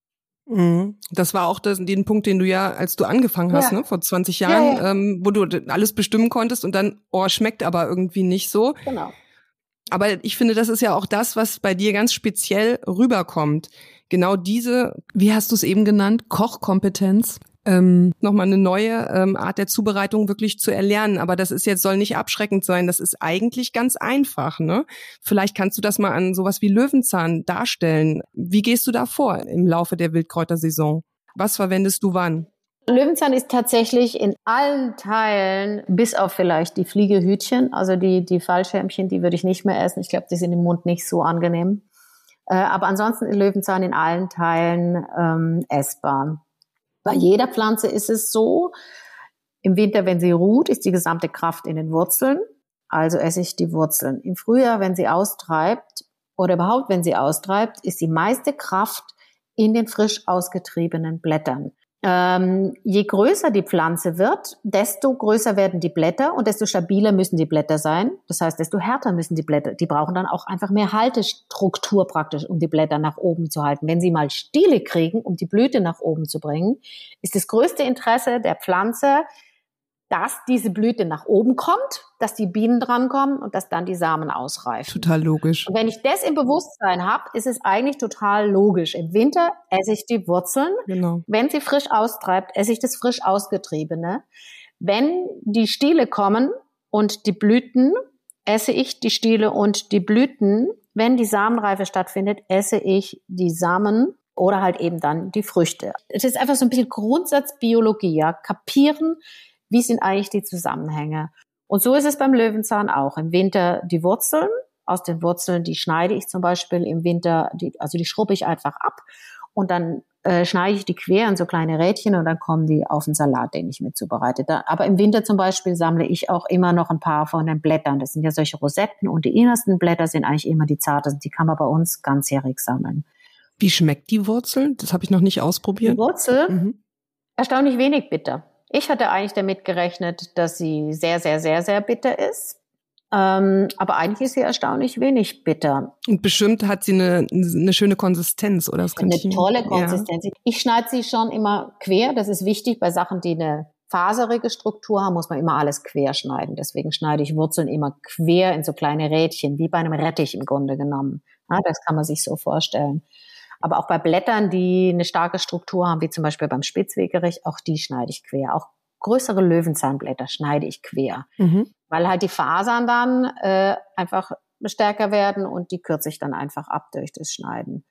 Das war auch den Punkt, den du ja, als du angefangen hast, ne, vor 20 Ja, Jahren, ja. wo du alles bestimmen konntest und dann, schmeckt aber irgendwie nicht so. Genau. Aber ich finde, das ist ja auch das, was bei dir ganz speziell rüberkommt. Genau diese, wie hast du es eben genannt, Kochkompetenz, nochmal eine neue Art der Zubereitung wirklich zu erlernen. Aber das ist jetzt, soll nicht abschreckend sein. Das ist eigentlich ganz einfach, ne? Vielleicht kannst du das mal an sowas wie Löwenzahn darstellen. Wie gehst du da vor im Laufe der Wildkräutersaison? Was verwendest du wann? Löwenzahn ist tatsächlich in allen Teilen, bis auf vielleicht die Fliegehütchen, also die Fallschirmchen, die würde ich nicht mehr essen. Ich glaube, die sind im Mund nicht so angenehm. Aber ansonsten ist Löwenzahn in allen Teilen essbar. Bei jeder Pflanze ist es so, im Winter, wenn sie ruht, ist die gesamte Kraft in den Wurzeln, also esse ich die Wurzeln. Im Frühjahr, wenn sie austreibt oder überhaupt, wenn sie austreibt, ist die meiste Kraft in den frisch ausgetriebenen Blättern. Je größer die Pflanze wird, desto größer werden die Blätter und desto stabiler müssen die Blätter sein. Das heißt, desto härter müssen die Blätter. Die brauchen dann auch einfach mehr Haltestruktur praktisch, um die Blätter nach oben zu halten. Wenn sie mal Stiele kriegen, um die Blüte nach oben zu bringen, ist das größte Interesse der Pflanze, dass diese Blüte nach oben kommt, dass die Bienen drankommen und dass dann die Samen ausreifen. Total logisch. Und wenn ich das im Bewusstsein habe, ist es eigentlich total logisch. Im Winter esse ich die Wurzeln. Genau. Wenn sie frisch austreibt, esse ich das frisch ausgetriebene. Wenn die Stiele kommen und die Blüten, esse ich die Stiele und die Blüten. Wenn die Samenreife stattfindet, esse ich die Samen oder halt eben dann die Früchte. Es ist einfach so ein bisschen Grundsatzbiologie, ja. Kapieren, wie sind eigentlich die Zusammenhänge. Und so ist es beim Löwenzahn auch. Im Winter die Wurzeln. Aus den Wurzeln, die schneide ich zum Beispiel im Winter, die schrubbe ich einfach ab und dann schneide ich die quer in so kleine Rädchen und dann kommen die auf den Salat, den ich mit zubereite. Aber im Winter zum Beispiel sammle ich auch immer noch ein paar von den Blättern. Das sind ja solche Rosetten und die innersten Blätter sind eigentlich immer die zartesten. Die kann man bei uns ganzjährig sammeln. Wie schmeckt die Wurzel? Das habe ich noch nicht ausprobiert. Die Wurzel? Erstaunlich wenig bitter. Ich hatte eigentlich damit gerechnet, dass sie sehr, sehr, sehr, sehr bitter ist. Aber eigentlich ist sie erstaunlich wenig bitter. Und bestimmt hat sie eine schöne Konsistenz, oder? Das Eine tolle Konsistenz. Ja. Ich schneide sie schon immer quer. Das ist wichtig. Bei Sachen, die eine faserige Struktur haben, muss man immer alles quer schneiden. Deswegen schneide ich Wurzeln immer quer in so kleine Rädchen, wie bei einem Rettich im Grunde genommen. Ja, das kann man sich so vorstellen. Aber auch bei Blättern, die eine starke Struktur haben, wie zum Beispiel beim Spitzwegerich, auch die schneide ich quer. Auch größere Löwenzahnblätter schneide ich quer. Weil halt die Fasern dann einfach stärker werden und die kürze ich dann einfach ab durch das Schneiden.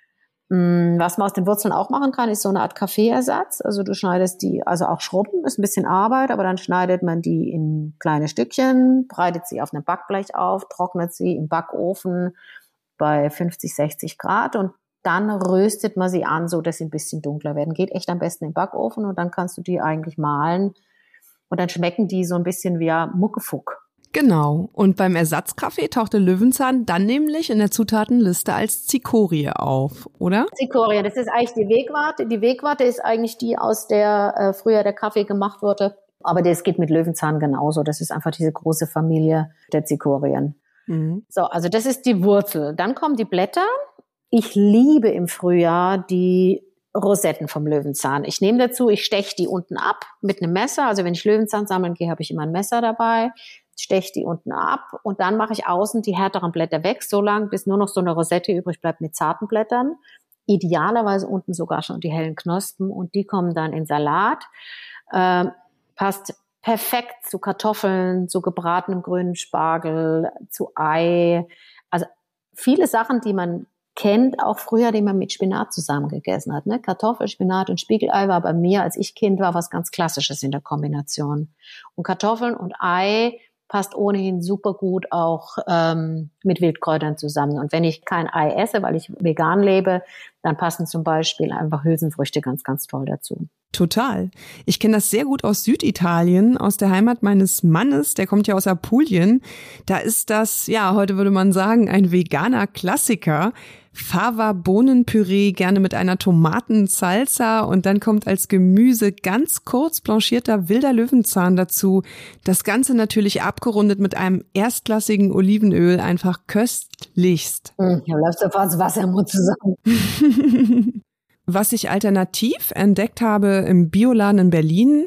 Was man aus den Wurzeln auch machen kann, ist so eine Art Kaffeeersatz. Also du schneidest die, also auch schrubben, ist ein bisschen Arbeit, aber dann schneidet man die in kleine Stückchen, breitet sie auf einem Backblech auf, trocknet sie im Backofen bei 50, 60 Grad und dann röstet man sie an, so dass sie ein bisschen dunkler werden. Geht echt am besten im Backofen und dann kannst du die eigentlich mahlen und dann schmecken die so ein bisschen wie Muckefuck. Genau. Und beim Ersatzkaffee taucht der Löwenzahn dann nämlich in der Zutatenliste als Zikorie auf, oder? Zikorie, das ist eigentlich die Wegwarte. Die Wegwarte ist eigentlich die, aus der früher der Kaffee gemacht wurde. Aber das geht mit Löwenzahn genauso. Das ist einfach diese große Familie der Zikorien. So, also das ist die Wurzel. Dann kommen die Blätter. Ich liebe im Frühjahr die Rosetten vom Löwenzahn. Ich nehme dazu, ich steche die unten ab mit einem Messer. Also wenn ich Löwenzahn sammeln gehe, habe ich immer ein Messer dabei. Steche die unten ab und dann mache ich außen die härteren Blätter weg, so lange, bis nur noch so eine Rosette übrig bleibt mit zarten Blättern. Idealerweise unten sogar schon die hellen Knospen und die kommen dann in Salat. Passt perfekt zu Kartoffeln, zu gebratenem grünen Spargel, zu Ei. Also viele Sachen, die man kennt, auch früher, die man mit Spinat zusammen gegessen hat. Ne? Kartoffel, Spinat und Spiegelei war bei mir, als ich Kind war, was ganz Klassisches in der Kombination. Und Kartoffeln und Ei passt ohnehin super gut auch mit Wildkräutern zusammen. Und wenn ich kein Ei esse, weil ich vegan lebe, dann passen zum Beispiel einfach Hülsenfrüchte ganz, ganz toll dazu. Total. Ich kenne das sehr gut aus Süditalien, aus der Heimat meines Mannes, der kommt ja aus Apulien. Da ist das, ja, heute würde man sagen, ein veganer Klassiker. Fava-Bohnenpüree, gerne mit einer Tomatensalsa und dann kommt als Gemüse ganz kurz blanchierter wilder Löwenzahn dazu. Das Ganze natürlich abgerundet mit einem erstklassigen Olivenöl, einfach köstlichst. Da läuft sofort das Wasser im Mund zusammen. Was ich alternativ entdeckt habe im Bioladen in Berlin,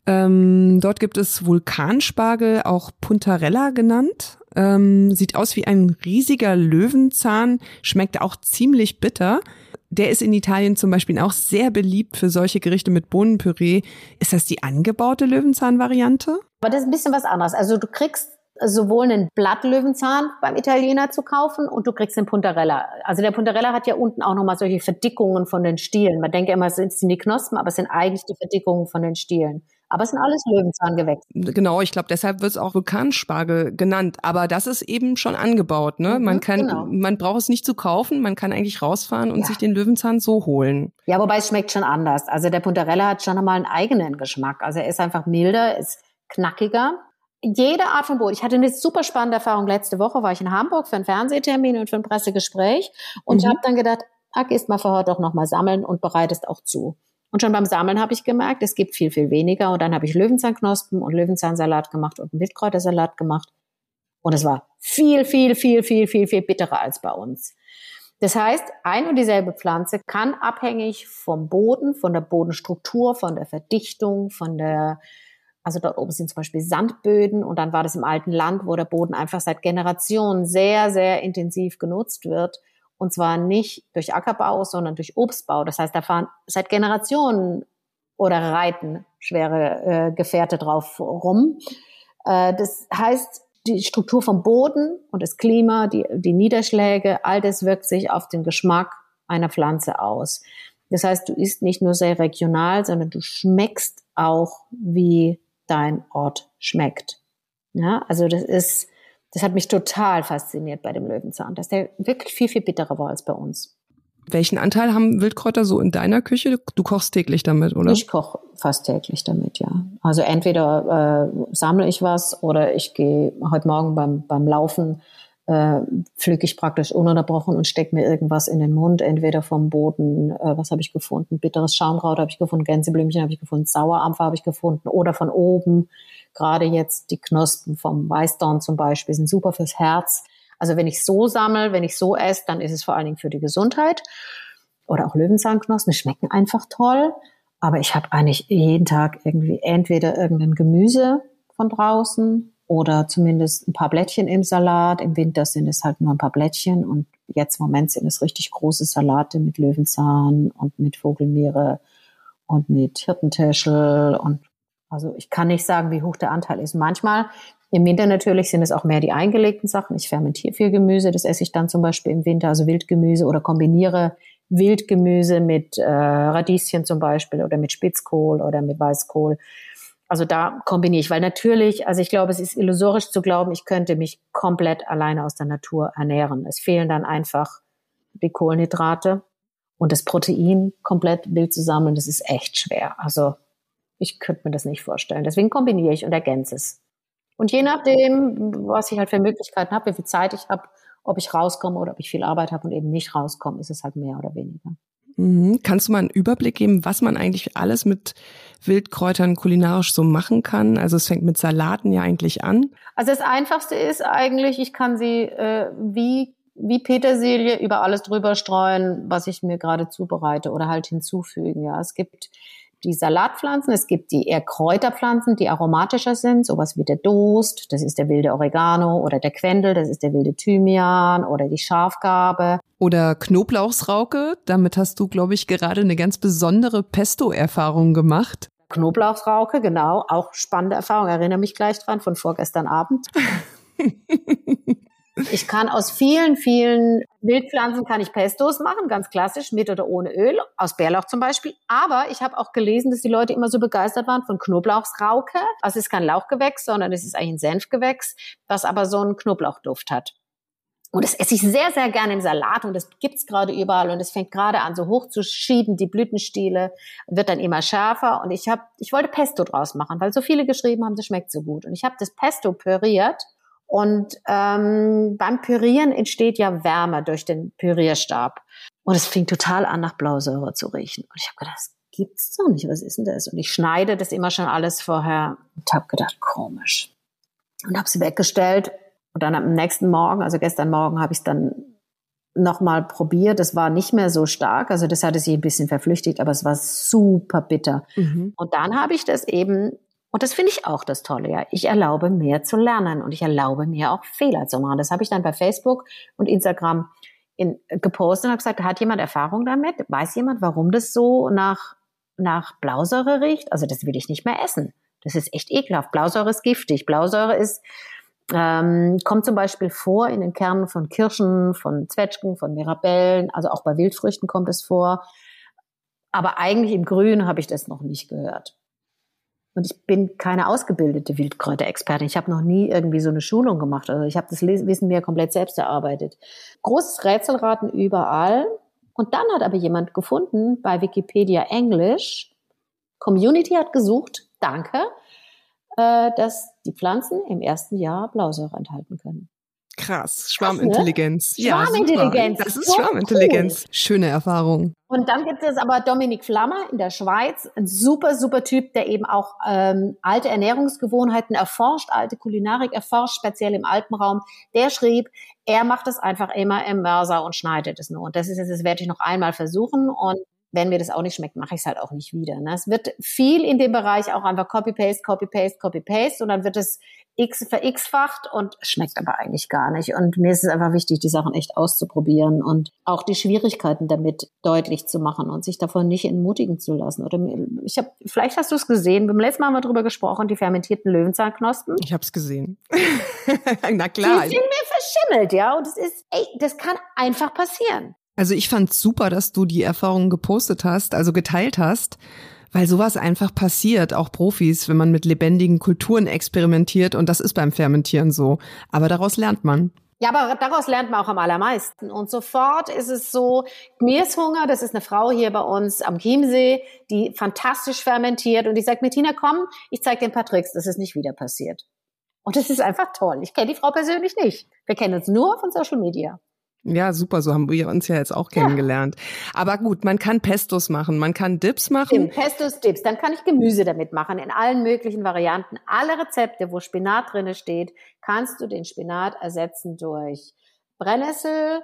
dort gibt es Vulkanspargel, auch Puntarella genannt. Sieht aus wie ein riesiger Löwenzahn, schmeckt auch ziemlich bitter. Der ist in Italien zum Beispiel auch sehr beliebt für solche Gerichte mit Bohnenpüree. Ist das die angebaute Löwenzahn-Variante? Aber das ist ein bisschen was anderes. Also du kriegst sowohl einen Blattlöwenzahn beim Italiener zu kaufen und du kriegst den Puntarella. Also der Puntarella hat ja unten auch nochmal solche Verdickungen von den Stielen. Man denkt ja immer, es sind die Knospen, aber es sind eigentlich die Verdickungen von den Stielen. Aber es sind alles Löwenzahngewächse. Genau, ich glaube, deshalb wird es auch Vulkanspargel genannt. Aber das ist eben schon angebaut, ne? Man braucht es nicht zu kaufen, man kann eigentlich rausfahren und sich den Löwenzahn so holen. Ja, wobei es schmeckt schon anders. Also der Puntarella hat schon nochmal einen eigenen Geschmack. Also er ist einfach milder, ist knackiger. Jede Art von Boden. Ich hatte eine super spannende Erfahrung. Letzte Woche war ich in Hamburg für einen Fernsehtermin und für ein Pressegespräch und habe dann gedacht, gehst mal für heute doch nochmal sammeln und bereitest auch zu. Und schon beim Sammeln habe ich gemerkt, es gibt viel, viel weniger. Und dann habe ich Löwenzahnknospen und Löwenzahnsalat gemacht und einen Wildkräutersalat gemacht. Und es war viel, viel, viel, viel, viel, viel bitterer als bei uns. Das heißt, ein und dieselbe Pflanze kann abhängig vom Boden, von der Bodenstruktur, von der Verdichtung, also dort oben sind zum Beispiel Sandböden und dann war das im alten Land, wo der Boden einfach seit Generationen sehr, sehr intensiv genutzt wird. Und zwar nicht durch Ackerbau, sondern durch Obstbau. Das heißt, da fahren seit Generationen oder reiten schwere Gefährte drauf rum. Das heißt, die Struktur vom Boden und das Klima, die Niederschläge, all das wirkt sich auf den Geschmack einer Pflanze aus. Das heißt, du isst nicht nur sehr regional, sondern du schmeckst auch, wie dein Ort schmeckt. Ja, also das hat mich total fasziniert bei dem Löwenzahn, dass der wirklich viel, viel bitterer war als bei uns. Welchen Anteil haben Wildkräuter so in deiner Küche? Du kochst täglich damit, oder? Ich koche fast täglich damit, ja. Also entweder sammle ich was oder ich gehe heute Morgen beim Laufen, pflücke ich praktisch ununterbrochen und stecke mir irgendwas in den Mund, entweder vom Boden, was habe ich gefunden, bitteres Schaumkraut habe ich gefunden, Gänseblümchen habe ich gefunden, Sauerampfer habe ich gefunden oder von oben, gerade jetzt die Knospen vom Weißdorn zum Beispiel sind super fürs Herz. Also wenn ich so sammle, wenn ich so esse, dann ist es vor allen Dingen für die Gesundheit. Oder auch Löwenzahnknospen, die schmecken einfach toll. Aber ich habe eigentlich jeden Tag irgendwie entweder irgendein Gemüse von draußen oder zumindest ein paar Blättchen im Salat. Im Winter sind es halt nur ein paar Blättchen und jetzt im Moment sind es richtig große Salate mit Löwenzahn und mit Vogelmiere und mit Hirtentäschel. Und also ich kann nicht sagen, wie hoch der Anteil ist. Manchmal im Winter natürlich sind es auch mehr die eingelegten Sachen. Ich fermentiere viel Gemüse, das esse ich dann zum Beispiel im Winter, also Wildgemüse oder kombiniere Wildgemüse mit Radieschen zum Beispiel oder mit Spitzkohl oder mit Weißkohl. Also da kombiniere ich, weil natürlich, also ich glaube, es ist illusorisch zu glauben, ich könnte mich komplett alleine aus der Natur ernähren. Es fehlen dann einfach die Kohlenhydrate und das Protein komplett wild zu sammeln, das ist echt schwer. Also ich könnte mir das nicht vorstellen. Deswegen kombiniere ich und ergänze es. Und je nachdem, was ich halt für Möglichkeiten habe, wie viel Zeit ich habe, ob ich rauskomme oder ob ich viel Arbeit habe und eben nicht rauskomme, ist es halt mehr oder weniger. Kannst du mal einen Überblick geben, was man eigentlich alles mit Wildkräutern kulinarisch so machen kann? Also es fängt mit Salaten ja eigentlich an. Also das Einfachste ist eigentlich, ich kann sie wie Petersilie über alles drüber streuen, was ich mir gerade zubereite oder halt hinzufügen. Ja, es gibt die Salatpflanzen, es gibt die eher Kräuterpflanzen, die aromatischer sind, sowas wie der Dost, das ist der wilde Oregano, oder der Quendel, das ist der wilde Thymian, oder die Schafgarbe. Oder Knoblauchsrauke, damit hast du, glaube ich, gerade eine ganz besondere Pesto-Erfahrung gemacht. Knoblauchsrauke, genau, auch spannende Erfahrung, erinnere mich gleich dran, von vorgestern Abend. Ich kann aus vielen, vielen Wildpflanzen kann ich Pestos machen, ganz klassisch, mit oder ohne Öl, aus Bärlauch zum Beispiel. Aber ich habe auch gelesen, dass die Leute immer so begeistert waren von Knoblauchsrauke. Also es ist kein Lauchgewächs, sondern es ist eigentlich ein Senfgewächs, das aber so einen Knoblauchduft hat. Und das esse ich sehr, sehr gerne im Salat und das gibt's gerade überall und es fängt gerade an, so hoch zu schieben, die Blütenstiele, wird dann immer schärfer und ich wollte Pesto draus machen, weil so viele geschrieben haben, das schmeckt so gut. Und ich habe das Pesto püriert. Und beim Pürieren entsteht ja Wärme durch den Pürierstab. Und es fing total an, nach Blausäure zu riechen. Und ich habe gedacht, das gibt's doch nicht. Was ist denn das? Und ich schneide das immer schon alles vorher und habe gedacht, komisch. Und habe sie weggestellt. Und dann am nächsten Morgen, also gestern Morgen, habe ich es dann nochmal probiert. Das war nicht mehr so stark. Also das hatte sich ein bisschen verflüchtigt, aber es war super bitter. Mhm. Und dann habe ich das eben. Und das finde ich auch das Tolle, ja. Ich erlaube mir zu lernen und ich erlaube mir auch Fehler zu machen. Das habe ich dann bei Facebook und Instagram gepostet und habe gesagt, hat jemand Erfahrung damit? Weiß jemand, warum das so nach Blausäure riecht? Also das will ich nicht mehr essen. Das ist echt ekelhaft. Blausäure ist giftig. Blausäure kommt zum Beispiel vor in den Kernen von Kirschen, von Zwetschgen, von Mirabellen. Also auch bei Wildfrüchten kommt es vor. Aber eigentlich im Grün habe ich das noch nicht gehört. Und ich bin keine ausgebildete Wildkräuterexpertin. Ich habe noch nie irgendwie so eine Schulung gemacht. Also ich habe das Wissen mir komplett selbst erarbeitet. Großes Rätselraten überall. Und dann hat aber jemand gefunden bei Wikipedia Englisch, Community hat gesucht, danke, dass die Pflanzen im ersten Jahr Blausäure enthalten können. Krass, Schwarmintelligenz. Ne? Schwarmintelligenz. Ja, das ist so Schwarmintelligenz. Cool. Schöne Erfahrung. Und dann gibt es aber Dominik Flammer in der Schweiz, ein super, super Typ, der eben auch alte Ernährungsgewohnheiten erforscht, alte Kulinarik erforscht, speziell im Alpenraum. Der schrieb, er macht es einfach immer im Mörser und schneidet es nur. Und das werde ich noch einmal versuchen. Und wenn mir das auch nicht schmeckt, mache ich es halt auch nicht wieder. Ne? Es wird viel in dem Bereich auch einfach Copy-Paste, Copy-Paste, Copy-Paste und dann wird es verx-facht und schmeckt aber eigentlich gar nicht. Und mir ist es einfach wichtig, die Sachen echt auszuprobieren und auch die Schwierigkeiten damit deutlich zu machen und sich davon nicht entmutigen zu lassen. Oder vielleicht hast du es gesehen, beim letzten Mal haben wir drüber gesprochen, die fermentierten Löwenzahnknospen. Ich habe es gesehen. Na klar. Die sind mir verschimmelt, ja. Und das kann einfach passieren. Also ich fand's super, dass du die Erfahrungen gepostet hast, also geteilt hast, weil sowas einfach passiert, auch Profis, wenn man mit lebendigen Kulturen experimentiert und das ist beim Fermentieren so. Aber daraus lernt man. Ja, aber daraus lernt man auch am allermeisten. Und sofort ist es so, Meereshunger, das ist eine Frau hier bei uns am Chiemsee, die fantastisch fermentiert und die sagt, Bettina, komm, ich zeig dir ein paar Tricks, dass es nicht wieder passiert. Und das ist einfach toll. Ich kenne die Frau persönlich nicht. Wir kennen uns nur von Social Media. Ja, super, so haben wir uns ja jetzt auch kennengelernt. Ja. Aber gut, man kann Pestos machen, man kann Dips machen. Stimmt, Pestos, Dips, dann kann ich Gemüse damit machen, in allen möglichen Varianten. Alle Rezepte, wo Spinat drinne steht, kannst du den Spinat ersetzen durch Brennnessel,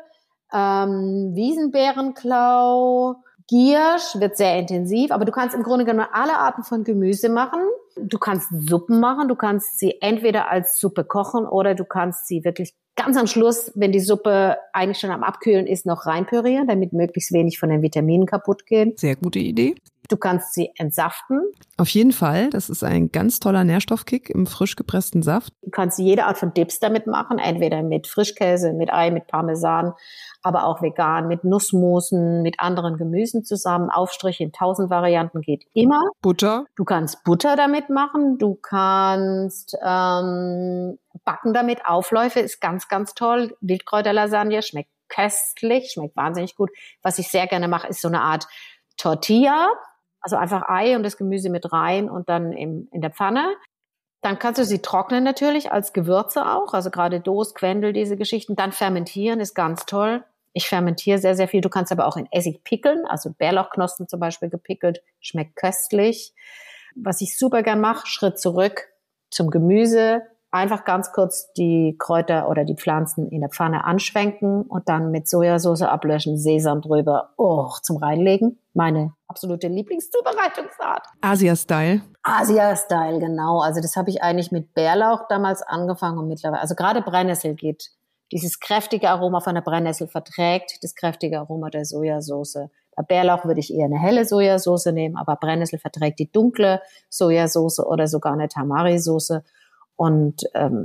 Wiesenbeerenklau, Giersch, wird sehr intensiv, aber du kannst im Grunde genommen alle Arten von Gemüse machen. Du kannst Suppen machen, du kannst sie entweder als Suppe kochen oder du kannst sie wirklich ganz am Schluss, wenn die Suppe eigentlich schon am Abkühlen ist, noch reinpürieren, damit möglichst wenig von den Vitaminen kaputt gehen. Sehr gute Idee. Du kannst sie entsaften. Auf jeden Fall, das ist ein ganz toller Nährstoffkick im frisch gepressten Saft. Du kannst jede Art von Dips damit machen, entweder mit Frischkäse, mit Ei, mit Parmesan, aber auch vegan, mit Nussmusen, mit anderen Gemüsen zusammen. Aufstriche in 1000 Varianten geht immer. Butter. Du kannst Butter damit machen. Du kannst backen damit. Aufläufe ist ganz, ganz toll. Wildkräuterlasagne schmeckt köstlich, schmeckt wahnsinnig gut. Was ich sehr gerne mache, ist so eine Art Tortilla. Also einfach Ei und das Gemüse mit rein und dann in der Pfanne. Dann kannst du sie trocknen natürlich als Gewürze auch, also gerade Dos, Quendel, diese Geschichten. Dann fermentieren ist ganz toll. Ich fermentiere sehr, sehr viel. Du kannst aber auch in Essig pickeln, also Bärlauchknospen zum Beispiel gepickelt, schmeckt köstlich. Was ich super gern mache, Schritt zurück zum Gemüse. Einfach ganz kurz die Kräuter oder die Pflanzen in der Pfanne anschwenken und dann mit Sojasauce ablöschen, Sesam drüber, zum Reinlegen. Meine absolute Lieblingszubereitungsart. Asia-Style. Asia-Style, genau. Also das habe ich eigentlich mit Bärlauch damals angefangen und mittlerweile, also gerade Brennnessel geht. Dieses kräftige Aroma von der Brennnessel verträgt das kräftige Aroma der Sojasauce. Bei Bärlauch würde ich eher eine helle Sojasauce nehmen, aber Brennnessel verträgt die dunkle Sojasauce oder sogar eine Tamari-Sauce. Und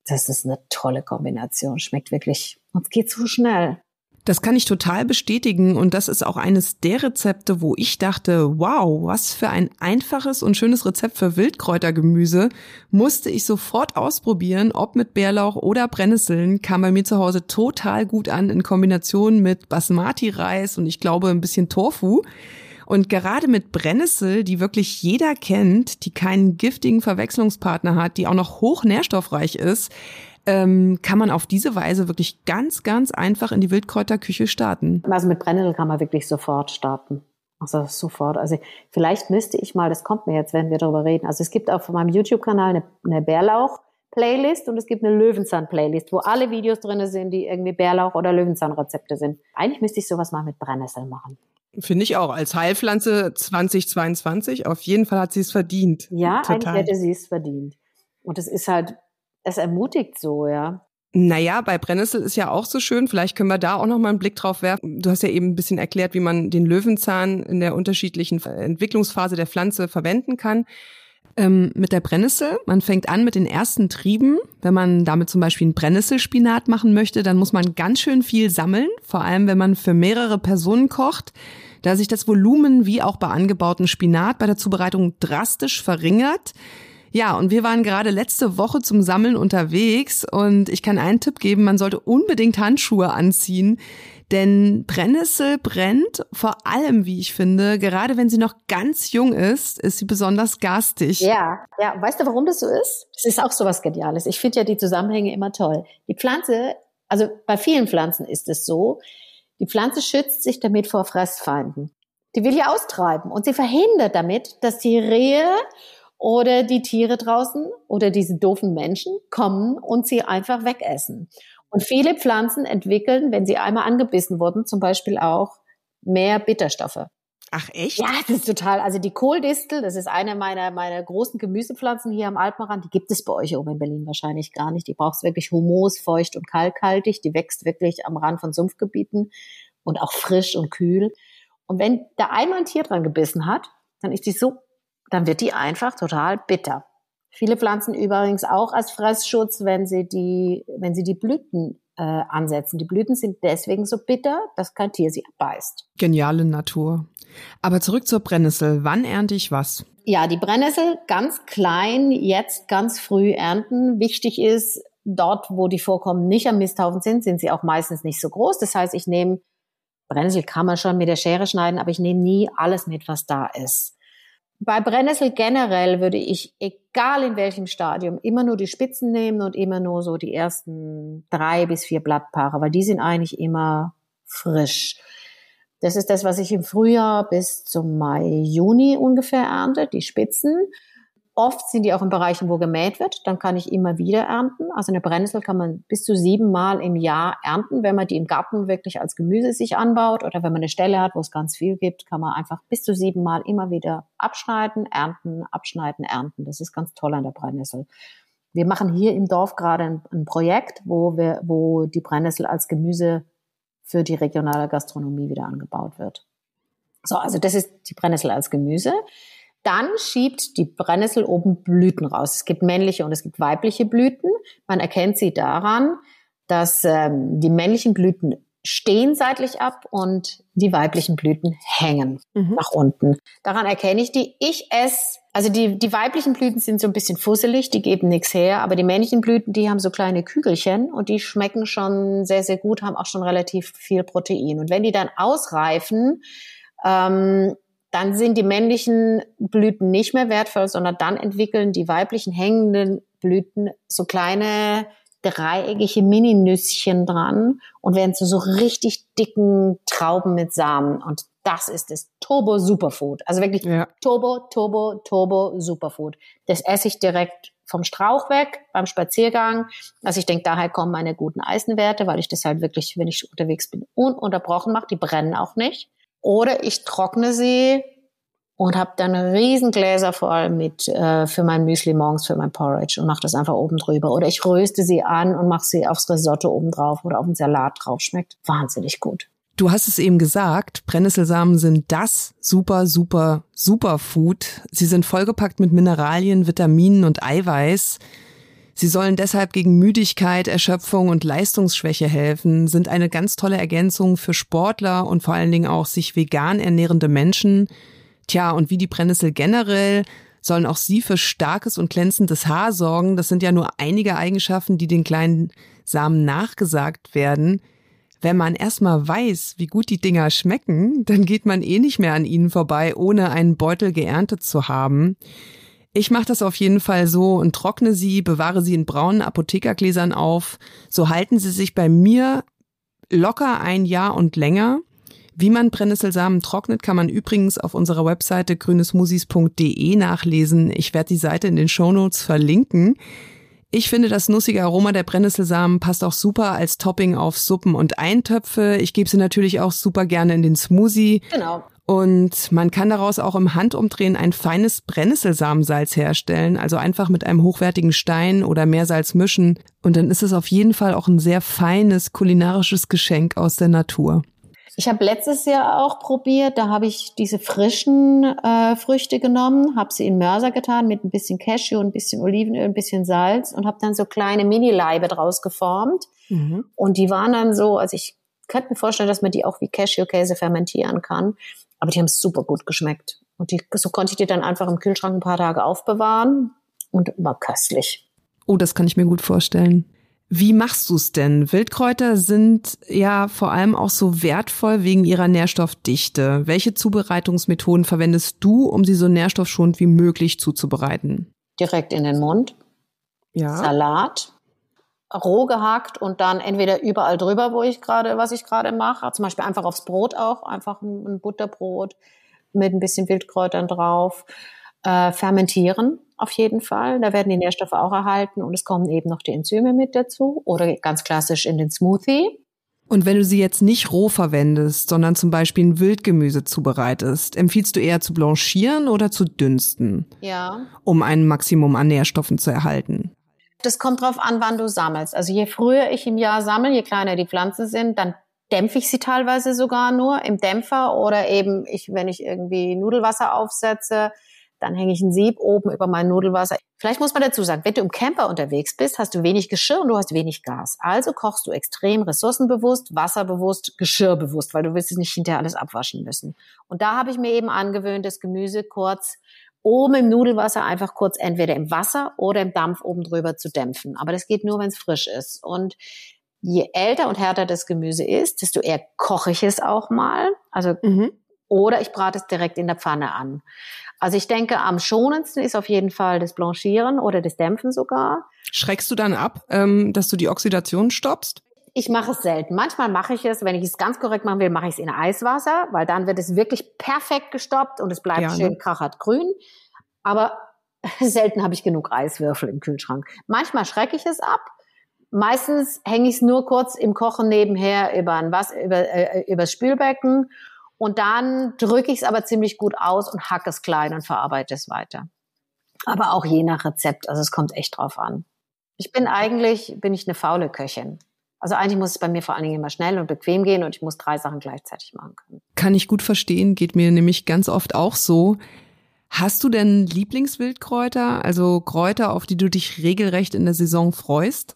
das ist eine tolle Kombination. Schmeckt wirklich, und es geht so schnell. Das kann ich total bestätigen und das ist auch eines der Rezepte, wo ich dachte, wow, was für ein einfaches und schönes Rezept für Wildkräutergemüse. Musste ich sofort ausprobieren, ob mit Bärlauch oder Brennnesseln, kam bei mir zu Hause total gut an in Kombination mit Basmati-Reis und ich glaube ein bisschen Tofu. Und gerade mit Brennnessel, die wirklich jeder kennt, die keinen giftigen Verwechslungspartner hat, die auch noch hochnährstoffreich ist, kann man auf diese Weise wirklich ganz, ganz einfach in die Wildkräuterküche starten. Also mit Brennnessel kann man wirklich sofort starten. Also sofort. Also vielleicht müsste ich mal, das kommt mir jetzt, wenn wir darüber reden. Also es gibt auf meinem YouTube-Kanal eine Bärlauch-Playlist und es gibt eine Löwenzahn-Playlist, wo alle Videos drin sind, die irgendwie Bärlauch- oder Löwenzahn-Rezepte sind. Eigentlich müsste ich sowas mal mit Brennnessel machen. Finde ich auch. Als Heilpflanze 2022, auf jeden Fall hat sie es verdient. Ja, total. eigentlich hätte sie es verdient. Und es ist halt, es ermutigt so, ja. Naja, bei Brennnessel ist ja auch so schön, vielleicht können wir da auch noch mal einen Blick drauf werfen. Du hast ja eben ein bisschen erklärt, wie man den Löwenzahn in der unterschiedlichen Entwicklungsphase der Pflanze verwenden kann. Mit der Brennnessel, man fängt an mit den ersten Trieben. Wenn man damit zum Beispiel einen Brennnesselspinat machen möchte, dann muss man ganz schön viel sammeln, vor allem wenn man für mehrere Personen kocht, da sich das Volumen wie auch bei angebautem Spinat bei der Zubereitung drastisch verringert. Ja, und wir waren gerade letzte Woche zum Sammeln unterwegs und ich kann einen Tipp geben, man sollte unbedingt Handschuhe anziehen, denn Brennnessel brennt, vor allem, wie ich finde, gerade wenn sie noch ganz jung ist sie besonders garstig. Ja, weißt du, warum das so ist? Das ist auch so was Geniales. Ich finde ja die Zusammenhänge immer toll. Die Pflanze, also bei vielen Pflanzen ist es so, die Pflanze schützt sich damit vor Fressfeinden. Die will ja austreiben und sie verhindert damit, dass die Rehe oder die Tiere draußen oder diese doofen Menschen kommen und sie einfach wegessen. Und viele Pflanzen entwickeln, wenn sie einmal angebissen wurden, zum Beispiel auch mehr Bitterstoffe. Ach echt? Ja, das ist total, also die Kohldistel, das ist eine meiner großen Gemüsepflanzen hier am Alpenrand, die gibt es bei euch oben in Berlin wahrscheinlich gar nicht. Die braucht wirklich humus, feucht und kalkhaltig, die wächst wirklich am Rand von Sumpfgebieten und auch frisch und kühl. Und wenn da einmal ein Tier dran gebissen hat, dann wird die einfach total bitter. Viele Pflanzen übrigens auch als Fressschutz, wenn sie die Blüten ansetzen. Die Blüten sind deswegen so bitter, dass kein Tier sie abbeißt. Geniale Natur. Aber zurück zur Brennnessel. Wann ernte ich was? Ja, die Brennnessel ganz klein, jetzt ganz früh ernten. Wichtig ist, dort, wo die Vorkommen nicht am Misthaufen sind sie auch meistens nicht so groß. Das heißt, Brennnessel kann man schon mit der Schere schneiden, aber ich nehme nie alles mit, was da ist. Bei Brennnessel generell würde ich, egal in welchem Stadium, immer nur die Spitzen nehmen und immer nur so die ersten 3 bis 4 Blattpaare, weil die sind eigentlich immer frisch. Das ist das, was ich im Frühjahr bis zum Mai, Juni ungefähr ernte, die Spitzen. Oft sind die auch in Bereichen, wo gemäht wird, dann kann ich immer wieder ernten. Also eine Brennnessel kann man bis zu 7 Mal im Jahr ernten, wenn man die im Garten wirklich als Gemüse sich anbaut oder wenn man eine Stelle hat, wo es ganz viel gibt, kann man einfach bis zu 7 Mal immer wieder abschneiden, ernten, abschneiden, ernten. Das ist ganz toll an der Brennnessel. Wir machen hier im Dorf gerade ein Projekt, wo die Brennnessel als Gemüse für die regionale Gastronomie wieder angebaut wird. So, also das ist die Brennnessel als Gemüse. Dann schiebt die Brennnessel oben Blüten raus. Es gibt männliche und es gibt weibliche Blüten. Man erkennt sie daran, dass die männlichen Blüten stehen seitlich ab und die weiblichen Blüten hängen nach unten. Daran erkenne ich die. Also die weiblichen Blüten sind so ein bisschen fusselig, die geben nichts her, aber die männlichen Blüten, die haben so kleine Kügelchen und die schmecken schon sehr, sehr gut, haben auch schon relativ viel Protein. Und wenn die dann ausreifen, dann sind die männlichen Blüten nicht mehr wertvoll, sondern dann entwickeln die weiblichen hängenden Blüten so kleine dreieckige Mini-Nüsschen dran und werden zu so richtig dicken Trauben mit Samen. Und das ist das Turbo-Superfood. Also wirklich Turbo-Superfood. Das esse ich direkt vom Strauch weg beim Spaziergang. Also ich denke, daher kommen meine guten Eisenwerte, weil ich das halt wirklich, wenn ich unterwegs bin, ununterbrochen mache. Die brennen auch nicht. Oder ich trockne sie und habe dann riesen Gläser voll mit für mein Müsli morgens, für mein Porridge und mache das einfach oben drüber. Oder ich röste sie an und mache sie aufs Risotto oben drauf oder auf den Salat drauf. Schmeckt wahnsinnig gut. Du hast es eben gesagt, Brennnesselsamen sind das Superfood. Sie sind vollgepackt mit Mineralien, Vitaminen und Eiweiß. Sie sollen deshalb gegen Müdigkeit, Erschöpfung und Leistungsschwäche helfen, sind eine ganz tolle Ergänzung für Sportler und vor allen Dingen auch sich vegan ernährende Menschen. Tja, und wie die Brennnessel generell sollen auch sie für starkes und glänzendes Haar sorgen. Das sind ja nur einige Eigenschaften, die den kleinen Samen nachgesagt werden. Wenn man erstmal weiß, wie gut die Dinger schmecken, dann geht man nicht mehr an ihnen vorbei, ohne einen Beutel geerntet zu haben. Ich mache das auf jeden Fall so und trockne sie, bewahre sie in braunen Apothekergläsern auf. So halten sie sich bei mir locker 1 Jahr und länger. Wie man Brennnesselsamen trocknet, kann man übrigens auf unserer Webseite grünesmoothies.de nachlesen. Ich werde die Seite in den Shownotes verlinken. Ich finde, das nussige Aroma der Brennnesselsamen passt auch super als Topping auf Suppen und Eintöpfe. Ich gebe sie natürlich auch super gerne in den Smoothie. Genau. Und man kann daraus auch im Handumdrehen ein feines Brennnesselsamensalz herstellen, also einfach mit einem hochwertigen Stein oder Meersalz mischen. Und dann ist es auf jeden Fall auch ein sehr feines kulinarisches Geschenk aus der Natur. Ich habe letztes Jahr auch probiert, da habe ich diese frischen Früchte genommen, habe sie in Mörser getan mit ein bisschen Cashew, ein bisschen Olivenöl, ein bisschen Salz und habe dann so kleine Mini-Laibe draus geformt. Mhm. Und die waren dann so, also ich könnte mir vorstellen, dass man die auch wie Cashewkäse fermentieren kann, aber die haben super gut geschmeckt. Und so konnte ich die dann einfach im Kühlschrank ein paar Tage aufbewahren und war köstlich. Oh, das kann ich mir gut vorstellen. Wie machst du es denn? Wildkräuter sind ja vor allem auch so wertvoll wegen ihrer Nährstoffdichte. Welche Zubereitungsmethoden verwendest du, um sie so nährstoffschonend wie möglich zuzubereiten? Direkt in den Mund. Ja. Salat. Roh gehackt und dann entweder überall drüber, was ich gerade mache. Zum Beispiel einfach aufs Brot auch. Einfach ein Butterbrot mit ein bisschen Wildkräutern drauf. Fermentieren auf jeden Fall. Da werden die Nährstoffe auch erhalten und es kommen eben noch die Enzyme mit dazu oder ganz klassisch in den Smoothie. Und wenn du sie jetzt nicht roh verwendest, sondern zum Beispiel ein Wildgemüse zubereitest, empfiehlst du eher zu blanchieren oder zu dünsten? Ja. Um ein Maximum an Nährstoffen zu erhalten. Das kommt drauf an, wann du sammelst. Also je früher ich im Jahr sammle, je kleiner die Pflanzen sind, dann dämpfe ich sie teilweise sogar nur im Dämpfer oder eben wenn ich irgendwie Nudelwasser aufsetze, dann hänge ich ein Sieb oben über mein Nudelwasser. Vielleicht muss man dazu sagen, wenn du im Camper unterwegs bist, hast du wenig Geschirr und du hast wenig Gas. Also kochst du extrem ressourcenbewusst, wasserbewusst, geschirrbewusst, weil du willst es nicht hinterher alles abwaschen müssen. Und da habe ich mir eben angewöhnt, das Gemüse kurz oben im Nudelwasser einfach kurz entweder im Wasser oder im Dampf oben drüber zu dämpfen. Aber das geht nur, wenn es frisch ist. Und je älter und härter das Gemüse ist, desto eher koche ich es auch mal. Also oder ich brate es direkt in der Pfanne an. Also ich denke, am schonendsten ist auf jeden Fall das Blanchieren oder das Dämpfen sogar. Schreckst du dann ab, dass du die Oxidation stoppst? Ich mache es selten. Manchmal mache ich es, wenn ich es ganz korrekt machen will, mache ich es in Eiswasser, weil dann wird es wirklich perfekt gestoppt und es bleibt schön krachert grün. Aber selten habe ich genug Eiswürfel im Kühlschrank. Manchmal schrecke ich es ab. Meistens hänge ich es nur kurz im Kochen nebenher übers Spülbecken. Und dann drücke ich es aber ziemlich gut aus und hacke es klein und verarbeite es weiter. Aber auch je nach Rezept, also es kommt echt drauf an. Bin ich eine faule Köchin. Also eigentlich muss es bei mir vor allen Dingen immer schnell und bequem gehen und ich muss 3 Sachen gleichzeitig machen können. Kann ich gut verstehen, geht mir nämlich ganz oft auch so. Hast du denn Lieblingswildkräuter, also Kräuter, auf die du dich regelrecht in der Saison freust?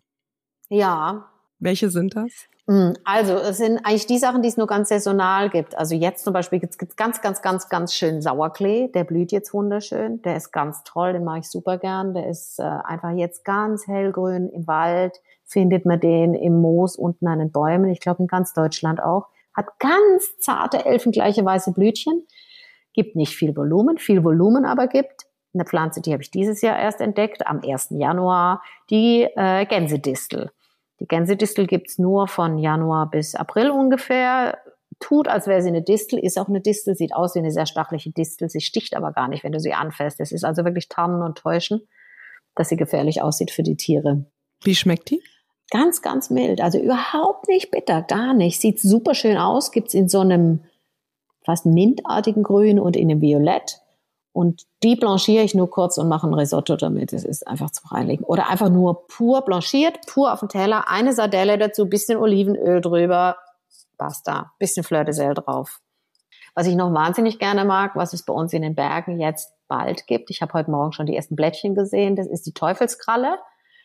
Ja. Welche sind das? Also es sind eigentlich die Sachen, die es nur ganz saisonal gibt. Also jetzt zum Beispiel gibt's ganz, ganz, ganz, ganz schön Sauerklee. Der blüht jetzt wunderschön. Der ist ganz toll, den mag ich super gern. Der ist einfach jetzt ganz hellgrün im Wald. Findet man den im Moos unten an den Bäumen. Ich glaube in ganz Deutschland auch. Hat ganz zarte, elfengleiche weiße Blütchen. Gibt nicht viel Volumen aber gibt eine Pflanze, die habe ich dieses Jahr erst entdeckt, am 1. Januar, die Gänsedistel. Die Gänsedistel gibt's nur von Januar bis April ungefähr. Tut, als wäre sie eine Distel, ist auch eine Distel, sieht aus wie eine sehr stachliche Distel. Sie sticht aber gar nicht, wenn du sie anfasst. Es ist also wirklich Tarnen und Täuschen, dass sie gefährlich aussieht für die Tiere. Wie schmeckt die? Ganz, ganz mild. Also überhaupt nicht bitter, gar nicht. Sieht super schön aus. Gibt's in so einem fast mintartigen Grün und in einem Violett. Und die blanchiere ich nur kurz und mache ein Risotto damit. Das ist einfach zu reinlegen. Oder einfach nur pur blanchiert, pur auf dem Teller, eine Sardelle dazu, bisschen Olivenöl drüber, basta, bisschen Fleur de Sel drauf. Was ich noch wahnsinnig gerne mag, was es bei uns in den Bergen jetzt bald gibt, ich habe heute Morgen schon die ersten Blättchen gesehen, das ist die Teufelskralle.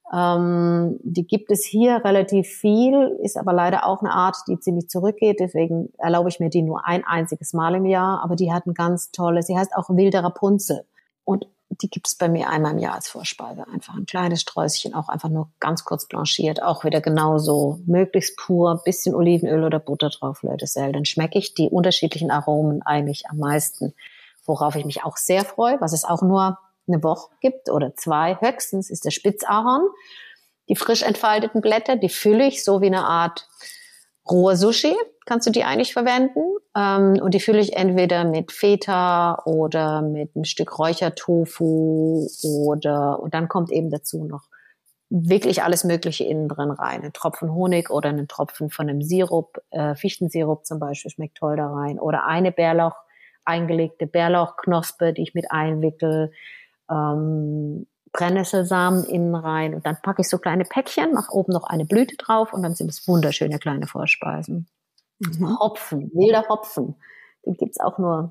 Die gibt es hier relativ viel, ist aber leider auch eine Art, die ziemlich zurückgeht. Deswegen erlaube ich mir die nur ein einziges Mal im Jahr. Aber die hat ein ganz tolles, sie heißt auch wilde Rapunzel. Und die gibt es bei mir einmal im Jahr als Vorspeise. Einfach ein kleines Sträußchen, auch einfach nur ganz kurz blanchiert. Auch wieder genauso, möglichst pur, bisschen Olivenöl oder Butter drauf, Leute, dann schmecke ich die unterschiedlichen Aromen eigentlich am meisten. Worauf ich mich auch sehr freue, was es auch nur eine Woche gibt oder 2 höchstens, ist der Spitzahorn. Die frisch entfalteten Blätter, die fülle ich so wie eine Art rohe Sushi, kannst du die eigentlich verwenden. Und die fülle ich entweder mit Feta oder mit einem Stück Räuchertofu und dann kommt eben dazu noch wirklich alles Mögliche innen drin rein. Ein Tropfen Honig oder einen Tropfen von einem Sirup, Fichtensirup zum Beispiel, schmeckt toll da rein. Oder eine eingelegte Bärlauchknospe, die ich mit einwickel, Brennnesselsamen innen rein und dann packe ich so kleine Päckchen, mache oben noch eine Blüte drauf und dann sind es wunderschöne kleine Vorspeisen. Hopfen, wilder Hopfen, den gibt's auch nur,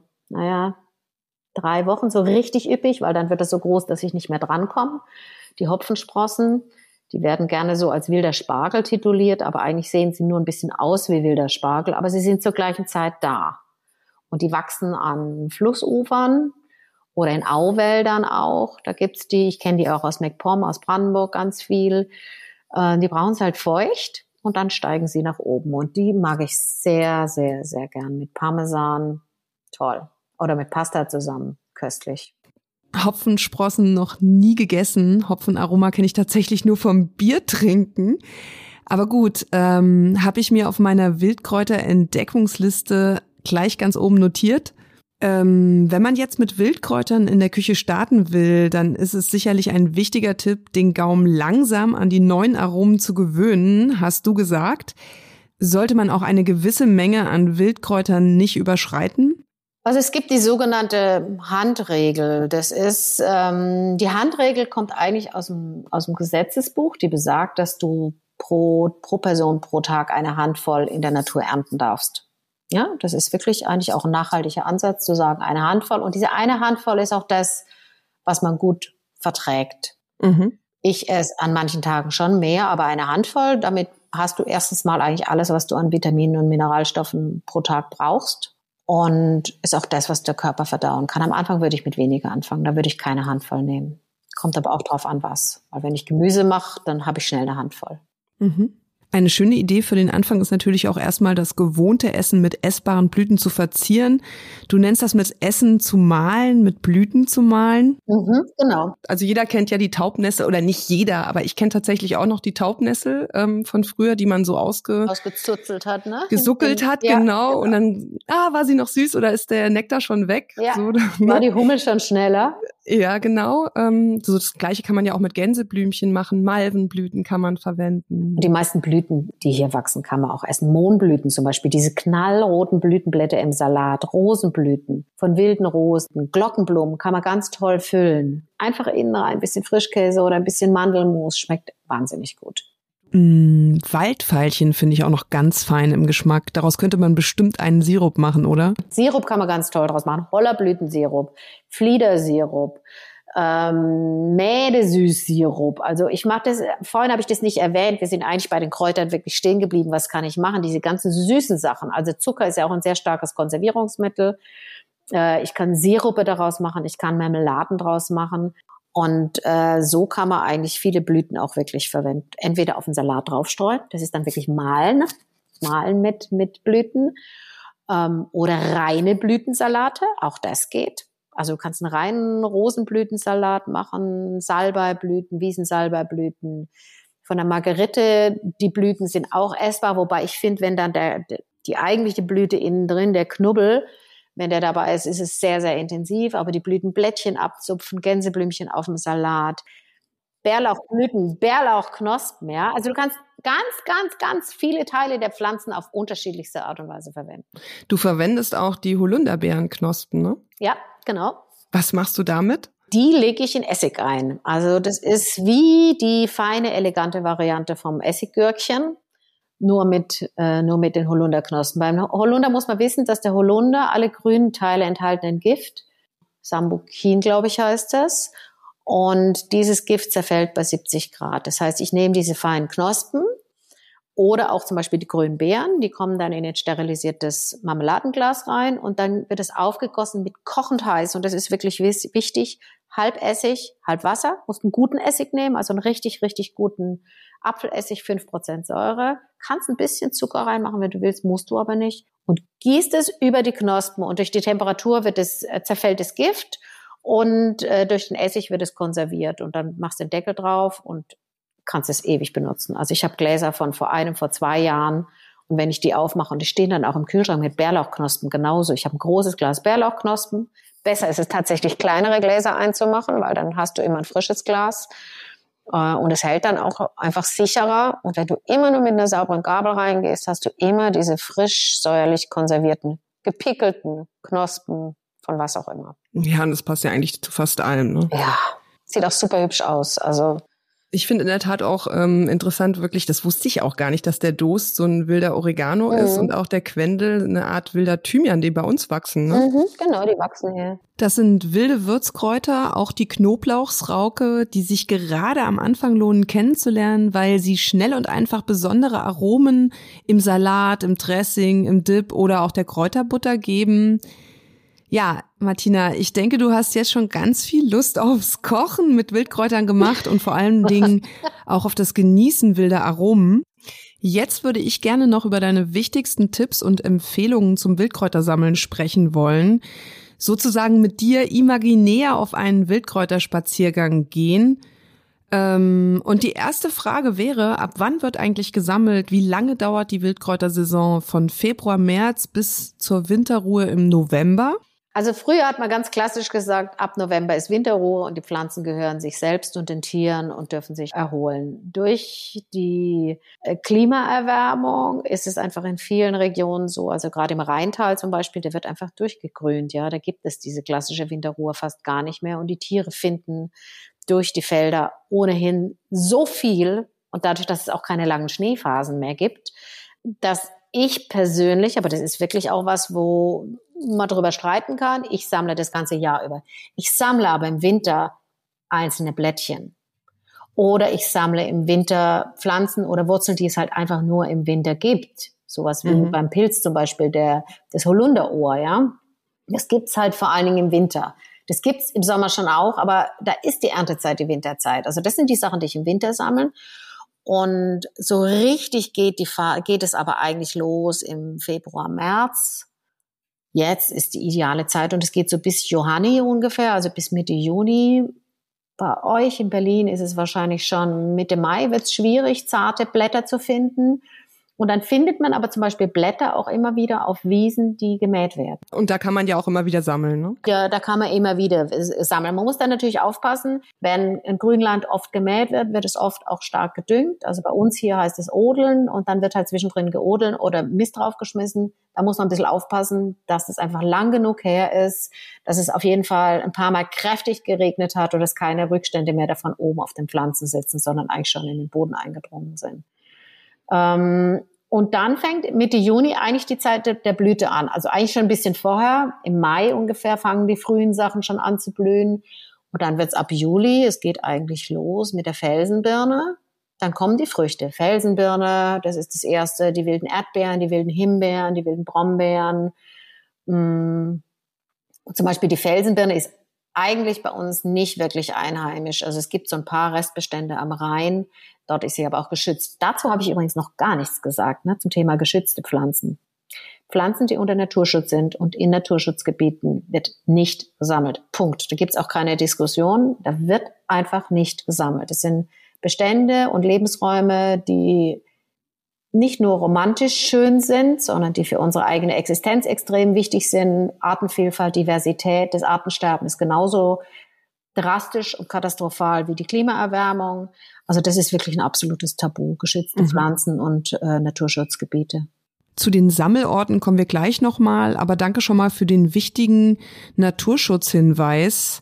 3 Wochen, so richtig üppig, weil dann wird es so groß, dass ich nicht mehr drankomme. Die Hopfensprossen, die werden gerne so als wilder Spargel tituliert, aber eigentlich sehen sie nur ein bisschen aus wie wilder Spargel, aber sie sind zur gleichen Zeit da. Und die wachsen an Flussufern oder in Auwäldern auch. Da gibt's die, ich kenne die auch aus MacPom, aus Brandenburg ganz viel. Die brauchen es halt feucht und dann steigen sie nach oben. Und die mag ich sehr, sehr, sehr gern. Mit Parmesan, toll. Oder mit Pasta zusammen, köstlich. Hopfensprossen noch nie gegessen. Hopfenaroma kenne ich tatsächlich nur vom Biertrinken. Aber gut, habe ich mir auf meiner Wildkräuter-Entdeckungsliste gleich ganz oben notiert. Wenn man jetzt mit Wildkräutern in der Küche starten will, dann ist es sicherlich ein wichtiger Tipp, den Gaumen langsam an die neuen Aromen zu gewöhnen, hast du gesagt. Sollte man auch eine gewisse Menge an Wildkräutern nicht überschreiten? Also es gibt die sogenannte Handregel. Das ist, die Handregel kommt eigentlich aus dem Gesetzesbuch, die besagt, dass du pro Person pro Tag eine Handvoll in der Natur ernten darfst. Ja, das ist wirklich eigentlich auch ein nachhaltiger Ansatz, zu sagen, eine Handvoll. Und diese eine Handvoll ist auch das, was man gut verträgt. Mhm. Ich esse an manchen Tagen schon mehr, aber eine Handvoll, damit hast du erstens mal eigentlich alles, was du an Vitaminen und Mineralstoffen pro Tag brauchst. Und ist auch das, was der Körper verdauen kann. Am Anfang würde ich mit weniger anfangen, da würde ich keine Handvoll nehmen. Kommt aber auch drauf an, was. Weil wenn ich Gemüse mache, dann habe ich schnell eine Handvoll. Mhm. Eine schöne Idee für den Anfang ist natürlich auch erstmal das gewohnte Essen mit essbaren Blüten zu verzieren. Du nennst das mit Essen zu mahlen, mit Blüten zu mahlen. Mhm, genau. Also jeder kennt ja die Taubnessel, oder nicht jeder, aber ich kenne tatsächlich auch noch die Taubnessel von früher, die man so ausgezuzelt hat, ne? Gesuckelt hat, ja, genau. Und dann, war sie noch süß oder ist der Nektar schon weg? Ja, so, war die Hummel schon schneller? Ja, genau. So das Gleiche kann man ja auch mit Gänseblümchen machen. Malvenblüten kann man verwenden. Und die meisten Blüten, die hier wachsen, kann man auch essen. Mohnblüten zum Beispiel, diese knallroten Blütenblätter im Salat, Rosenblüten von wilden Rosen, Glockenblumen kann man ganz toll füllen. Einfach innen rein, ein bisschen Frischkäse oder ein bisschen Mandelmus, schmeckt wahnsinnig gut. Waldveilchen finde ich auch noch ganz fein im Geschmack. Daraus könnte man bestimmt einen Sirup machen, oder? Sirup kann man ganz toll draus machen. Hollerblütensirup, Fliedersirup, Mädesüßsirup. Also ich mache das, vorhin habe ich das nicht erwähnt, wir sind eigentlich bei den Kräutern wirklich stehen geblieben. Was kann ich machen? Diese ganzen süßen Sachen. Also Zucker ist ja auch ein sehr starkes Konservierungsmittel. Ich kann Sirupe daraus machen, ich kann Marmeladen draus machen. Und so kann man eigentlich viele Blüten auch wirklich verwenden. Entweder auf den Salat draufstreuen, das ist dann wirklich mahlen mit Blüten. Oder reine Blütensalate, auch das geht. Also du kannst einen reinen Rosenblütensalat machen, Salbeiblüten, Wiesensalbeiblüten. Von der Margerite, die Blüten sind auch essbar, wobei ich finde, wenn dann die eigentliche Blüte innen drin, der Knubbel, wenn der dabei ist, ist es sehr, sehr intensiv. Aber die Blütenblättchen abzupfen, Gänseblümchen auf dem Salat, Bärlauchblüten, Bärlauchknospen, ja. Also du kannst ganz viele Teile der Pflanzen auf unterschiedlichste Art und Weise verwenden. Du verwendest auch die Holunderbeerenknospen, ne? Ja, genau. Was machst du damit? Die lege ich in Essig ein. Also das ist wie die feine, elegante Variante vom Essiggürkchen. Nur mit den Holunderknospen. Beim Holunder muss man wissen, dass der Holunder alle grünen Teile enthalten ein Gift. Sambucin, glaube ich, heißt das. Und dieses Gift zerfällt bei 70 Grad. Das heißt, ich nehme diese feinen Knospen oder auch zum Beispiel die grünen Beeren, die kommen dann in ein sterilisiertes Marmeladenglas rein und dann wird es aufgegossen mit kochend heiß. Und das ist wirklich wichtig, halb Essig, halb Wasser. Musst einen guten Essig nehmen, also einen richtig, richtig guten Apfelessig, 5% Säure. Kannst ein bisschen Zucker reinmachen, wenn du willst, musst du aber nicht. Und gießt es über die Knospen und durch die Temperatur zerfällt das Gift und durch den Essig wird es konserviert. Und dann machst du den Deckel drauf und kannst es ewig benutzen. Also ich habe Gläser von vor 2 Jahren und wenn ich die aufmache und die stehen dann auch im Kühlschrank mit Bärlauchknospen genauso. Ich habe ein großes Glas Bärlauchknospen. Besser ist es tatsächlich, kleinere Gläser einzumachen, weil dann hast du immer ein frisches Glas und es hält dann auch einfach sicherer. Und wenn du immer nur mit einer sauberen Gabel reingehst, hast du immer diese frisch säuerlich konservierten, gepickelten Knospen von was auch immer. Ja, und das passt ja eigentlich zu fast allem, ne? Ja, sieht auch super hübsch aus. Also ich finde in der Tat auch interessant, wirklich, das wusste ich auch gar nicht, dass der Dost so ein wilder Oregano ist und auch der Quendel eine Art wilder Thymian, die bei uns wachsen. Ne? Genau, die wachsen hier. Das sind wilde Würzkräuter, auch die Knoblauchsrauke, die sich gerade am Anfang lohnen kennenzulernen, weil sie schnell und einfach besondere Aromen im Salat, im Dressing, im Dip oder auch der Kräuterbutter geben. Ja, Martina, ich denke, du hast jetzt schon ganz viel Lust aufs Kochen mit Wildkräutern gemacht und vor allen Dingen auch auf das Genießen wilder Aromen. Jetzt würde ich gerne noch über deine wichtigsten Tipps und Empfehlungen zum Wildkräutersammeln sprechen wollen. Sozusagen mit dir imaginär auf einen Wildkräuterspaziergang gehen. Und die erste Frage wäre, ab wann wird eigentlich gesammelt? Wie lange dauert die Wildkräutersaison von Februar, März bis zur Winterruhe im November? Also früher hat man ganz klassisch gesagt, ab November ist Winterruhe und die Pflanzen gehören sich selbst und den Tieren und dürfen sich erholen. Durch die Klimaerwärmung ist es einfach in vielen Regionen so, also gerade im Rheintal zum Beispiel, der wird einfach durchgegrünt, ja, da gibt es diese klassische Winterruhe fast gar nicht mehr und die Tiere finden durch die Felder ohnehin so viel und dadurch, dass es auch keine langen Schneephasen mehr gibt, dass ich persönlich, aber das ist wirklich auch was, wo man drüber streiten kann, ich sammle das ganze Jahr über. Ich sammle aber im Winter einzelne Blättchen. Oder ich sammle im Winter Pflanzen oder Wurzeln, die es halt einfach nur im Winter gibt. Sowas wie beim Pilz zum Beispiel das Holunderohr, ja. Das gibt's halt vor allen Dingen im Winter. Das gibt's im Sommer schon auch, aber da ist die Erntezeit die Winterzeit. Also das sind die Sachen, die ich im Winter sammle. Und so richtig geht es aber eigentlich los im Februar, März. Jetzt ist die ideale Zeit und es geht so bis Johanni ungefähr, also bis Mitte Juni. Bei euch in Berlin ist es wahrscheinlich schon Mitte Mai, wird es schwierig, zarte Blätter zu finden. Und dann findet man aber zum Beispiel Blätter auch immer wieder auf Wiesen, die gemäht werden. Und da kann man ja auch immer wieder sammeln, ne? Ja, da kann man immer wieder sammeln. Man muss dann natürlich aufpassen, wenn in Grünland oft gemäht wird es oft auch stark gedüngt. Also bei uns hier heißt es Odeln und dann wird halt zwischendrin geodeln oder Mist draufgeschmissen. Da muss man ein bisschen aufpassen, dass es einfach lang genug her ist, dass es auf jeden Fall ein paar Mal kräftig geregnet hat oder dass keine Rückstände mehr davon oben auf den Pflanzen sitzen, sondern eigentlich schon in den Boden eingedrungen sind. Und dann fängt Mitte Juni eigentlich die Zeit der Blüte an. Also eigentlich schon ein bisschen vorher, im Mai ungefähr fangen die frühen Sachen schon an zu blühen. Und dann wird's ab Juli, es geht eigentlich los mit der Felsenbirne. Dann kommen die Früchte. Felsenbirne, das ist das erste, die wilden Erdbeeren, die wilden Himbeeren, die wilden Brombeeren. Und zum Beispiel die Felsenbirne ist eigentlich bei uns nicht wirklich einheimisch. Also es gibt so ein paar Restbestände am Rhein. Dort ist sie aber auch geschützt. Dazu habe ich übrigens noch gar nichts gesagt, ne, zum Thema geschützte Pflanzen. Pflanzen, die unter Naturschutz sind und in Naturschutzgebieten, wird nicht gesammelt. Punkt. Da gibt es auch keine Diskussion. Da wird einfach nicht gesammelt. Es sind Bestände und Lebensräume, die nicht nur romantisch schön sind, sondern die für unsere eigene Existenz extrem wichtig sind. Artenvielfalt, Diversität, das Artensterben ist genauso drastisch und katastrophal wie die Klimaerwärmung. Also das ist wirklich ein absolutes Tabu, geschützte Pflanzen und Naturschutzgebiete. Zu den Sammelorten kommen wir gleich nochmal, aber danke schon mal für den wichtigen Naturschutzhinweis.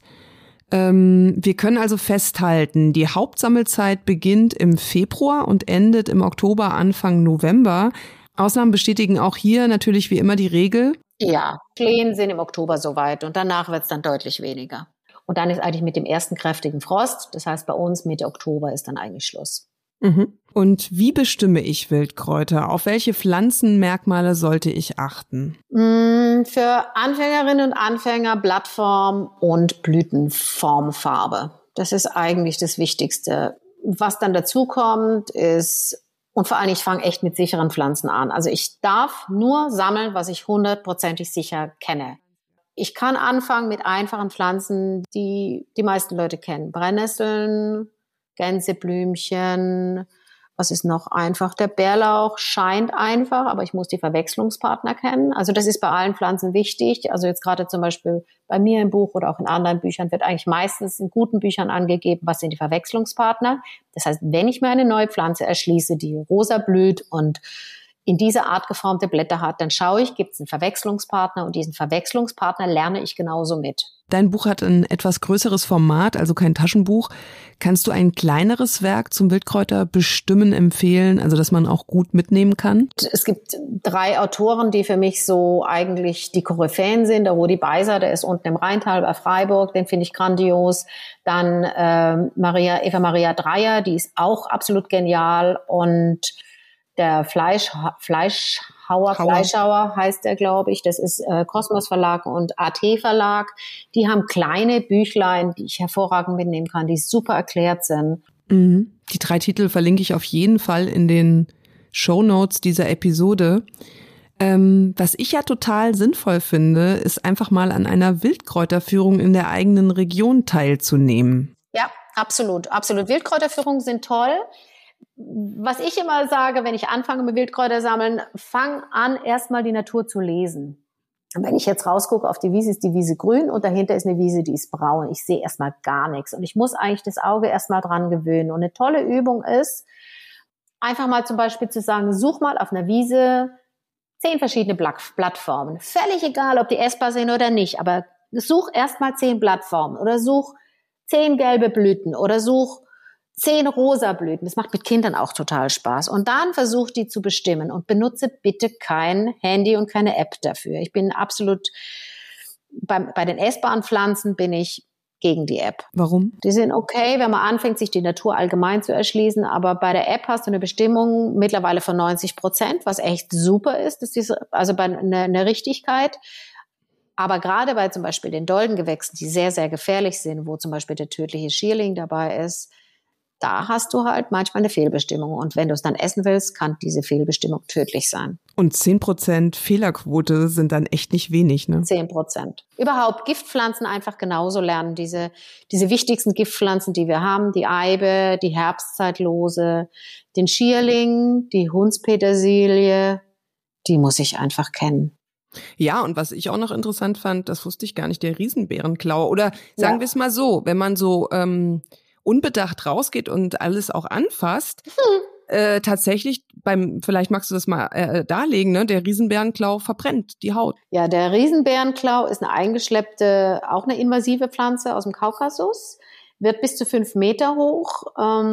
Wir können also festhalten, die Hauptsammelzeit beginnt im Februar und endet im Oktober, Anfang November. Ausnahmen bestätigen auch hier natürlich wie immer die Regel. Ja, Kleen sind im Oktober soweit und danach wird es dann deutlich weniger. Und dann ist eigentlich mit dem ersten kräftigen Frost, das heißt bei uns Mitte Oktober ist dann eigentlich Schluss. Mhm. Und wie bestimme ich Wildkräuter? Auf welche Pflanzenmerkmale sollte ich achten? Für Anfängerinnen und Anfänger Blattform und Blütenformfarbe. Das ist eigentlich das Wichtigste. Was dann dazu kommt, ist, und vor allem ich fange echt mit sicheren Pflanzen an. Also ich darf nur sammeln, was ich 100%ig sicher kenne. Ich kann anfangen mit einfachen Pflanzen, die die meisten Leute kennen. Brennnesseln, Gänseblümchen, was ist noch einfach? Der Bärlauch scheint einfach, aber ich muss die Verwechslungspartner kennen. Also das ist bei allen Pflanzen wichtig. Also jetzt gerade zum Beispiel bei mir im Buch oder auch in anderen Büchern wird eigentlich meistens in guten Büchern angegeben, was sind die Verwechslungspartner. Das heißt, wenn ich mir eine neue Pflanze erschließe, die rosa blüht und in dieser Art geformte Blätter hat, dann schaue ich, gibt es einen Verwechslungspartner und diesen Verwechslungspartner lerne ich genauso mit. Dein Buch hat ein etwas größeres Format, also kein Taschenbuch. Kannst du ein kleineres Werk zum Wildkräuter bestimmen empfehlen, also dass man auch gut mitnehmen kann? Es gibt 3 Autoren, die für mich so eigentlich die Koryphäen sind. Der Rudi Beiser, der ist unten im Rheintal bei Freiburg, den finde ich grandios. Dann Eva Maria Dreyer, die ist auch absolut genial. Und der Fleischhauer heißt der, glaube ich. Das ist Kosmos Verlag und AT Verlag. Die haben kleine Büchlein, die ich hervorragend mitnehmen kann, die super erklärt sind. Mhm. Die 3 Titel verlinke ich auf jeden Fall in den Shownotes dieser Episode. Was ich ja total sinnvoll finde, ist einfach mal an einer Wildkräuterführung in der eigenen Region teilzunehmen. Ja, absolut, absolut. Wildkräuterführungen sind toll. Was ich immer sage, wenn ich anfange mit Wildkräuter sammeln, fang an, erstmal die Natur zu lesen. Und wenn ich jetzt rausgucke auf die Wiese, ist die Wiese grün und dahinter ist eine Wiese, die ist braun. Ich sehe erstmal gar nichts und ich muss eigentlich das Auge erstmal dran gewöhnen. Und eine tolle Übung ist, einfach mal zum Beispiel zu sagen, such mal auf einer Wiese 10 verschiedene Blattformen. Völlig egal, ob die essbar sind oder nicht, aber such erstmal 10 Blattformen oder such 10 gelbe Blüten oder such 10 rosa Blüten. Das macht mit Kindern auch total Spaß. Und dann versuch die zu bestimmen und benutze bitte kein Handy und keine App dafür. Ich bin absolut, bei den essbaren Pflanzen bin ich gegen die App. Warum? Die sind okay, wenn man anfängt, sich die Natur allgemein zu erschließen, aber bei der App hast du eine Bestimmung mittlerweile von 90%, was echt super ist. Das ist also bei eine Richtigkeit. Aber gerade bei zum Beispiel den Doldengewächsen, die sehr, sehr gefährlich sind, wo zum Beispiel der tödliche Schierling dabei ist, da hast du halt manchmal eine Fehlbestimmung. Und wenn du es dann essen willst, kann diese Fehlbestimmung tödlich sein. Und 10% Fehlerquote sind dann echt nicht wenig, ne? 10%. Überhaupt Giftpflanzen einfach genauso lernen. Diese wichtigsten Giftpflanzen, die wir haben, die Eibe, die Herbstzeitlose, den Schierling, die Hundspetersilie, die muss ich einfach kennen. Ja, und was ich auch noch interessant fand, das wusste ich gar nicht, der Riesenbärenklaue. Oder sagen wir es mal so, wenn man so unbedacht rausgeht und alles auch anfasst, tatsächlich vielleicht magst du das mal darlegen, ne? Der Riesenbärenklau verbrennt die Haut. Ja, der Riesenbärenklau ist eine eingeschleppte, auch eine invasive Pflanze aus dem Kaukasus, wird bis zu 5 Meter hoch,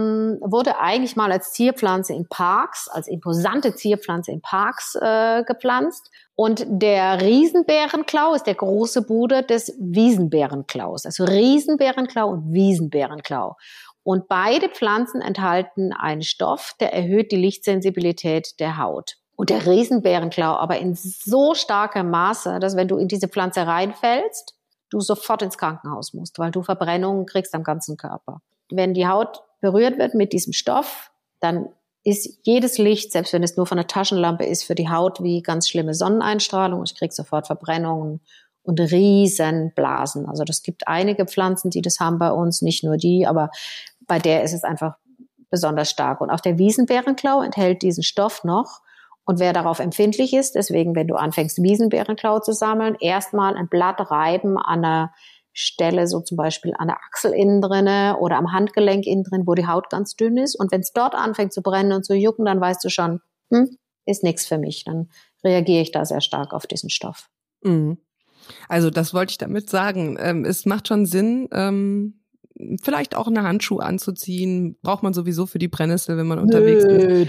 wurde eigentlich mal als Zierpflanze in Parks, als imposante Zierpflanze in Parks gepflanzt. Und der Riesenbärenklau ist der große Bruder des Wiesenbärenklaus. Also Riesenbärenklau und Wiesenbärenklau. Und beide Pflanzen enthalten einen Stoff, der erhöht die Lichtsensibilität der Haut. Und der Riesenbärenklau aber in so starkem Maße, dass wenn du in diese Pflanze reinfällst, du sofort ins Krankenhaus musst, weil du Verbrennungen kriegst am ganzen Körper. Wenn die Haut berührt wird mit diesem Stoff, dann ist jedes Licht, selbst wenn es nur von einer Taschenlampe ist, für die Haut wie ganz schlimme Sonneneinstrahlung. Ich krieg sofort Verbrennungen und Riesenblasen. Also das gibt einige Pflanzen, die das haben bei uns, nicht nur die, aber bei der ist es einfach besonders stark. Und auch der Wiesenbärenklau enthält diesen Stoff noch. Und wer darauf empfindlich ist, deswegen, wenn du anfängst, Wiesenbärenklau zu sammeln, erstmal ein Blatt reiben an einer Stelle, so zum Beispiel an der Achsel innen drinne oder am Handgelenk innen drin, wo die Haut ganz dünn ist. Und wenn es dort anfängt zu brennen und zu jucken, dann weißt du schon, ist nichts für mich. Dann reagiere ich da sehr stark auf diesen Stoff. Mhm. Also das wollte ich damit sagen. Es macht schon Sinn, vielleicht auch eine Handschuh anzuziehen. Braucht man sowieso für die Brennnessel, wenn man unterwegs ist.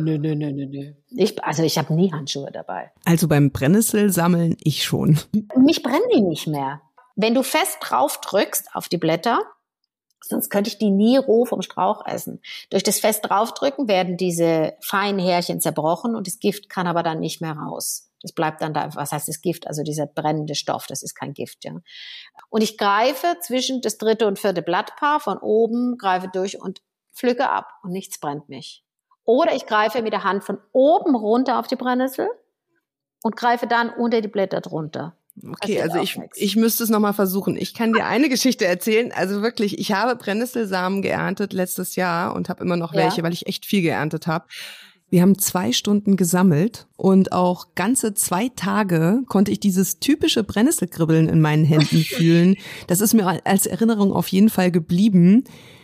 Nö. Ich habe nie Handschuhe dabei. Also beim Brennnesselsammeln ich schon. Mich brennen die nicht mehr. Wenn du fest drauf drückst auf die Blätter, sonst könnte ich die nie roh vom Strauch essen. Durch das fest draufdrücken werden diese feinen Härchen zerbrochen und das Gift kann aber dann nicht mehr raus. Das bleibt dann da, was heißt das Gift? Also dieser brennende Stoff, das ist kein Gift, ja. Und ich greife zwischen das 3. und 4. Blattpaar von oben, greife durch und pflücke ab und nichts brennt mich. Oder ich greife mit der Hand von oben runter auf die Brennnessel und greife dann unter die Blätter drunter. Okay, also ich müsste es nochmal versuchen. Ich kann dir eine Geschichte erzählen. Also wirklich, ich habe Brennnesselsamen geerntet letztes Jahr und habe immer noch welche, weil ich echt viel geerntet habe. Wir haben 2 Stunden gesammelt und auch ganze 2 Tage konnte ich dieses typische Brennnesselkribbeln in meinen Händen fühlen. Das ist mir als Erinnerung auf jeden Fall geblieben.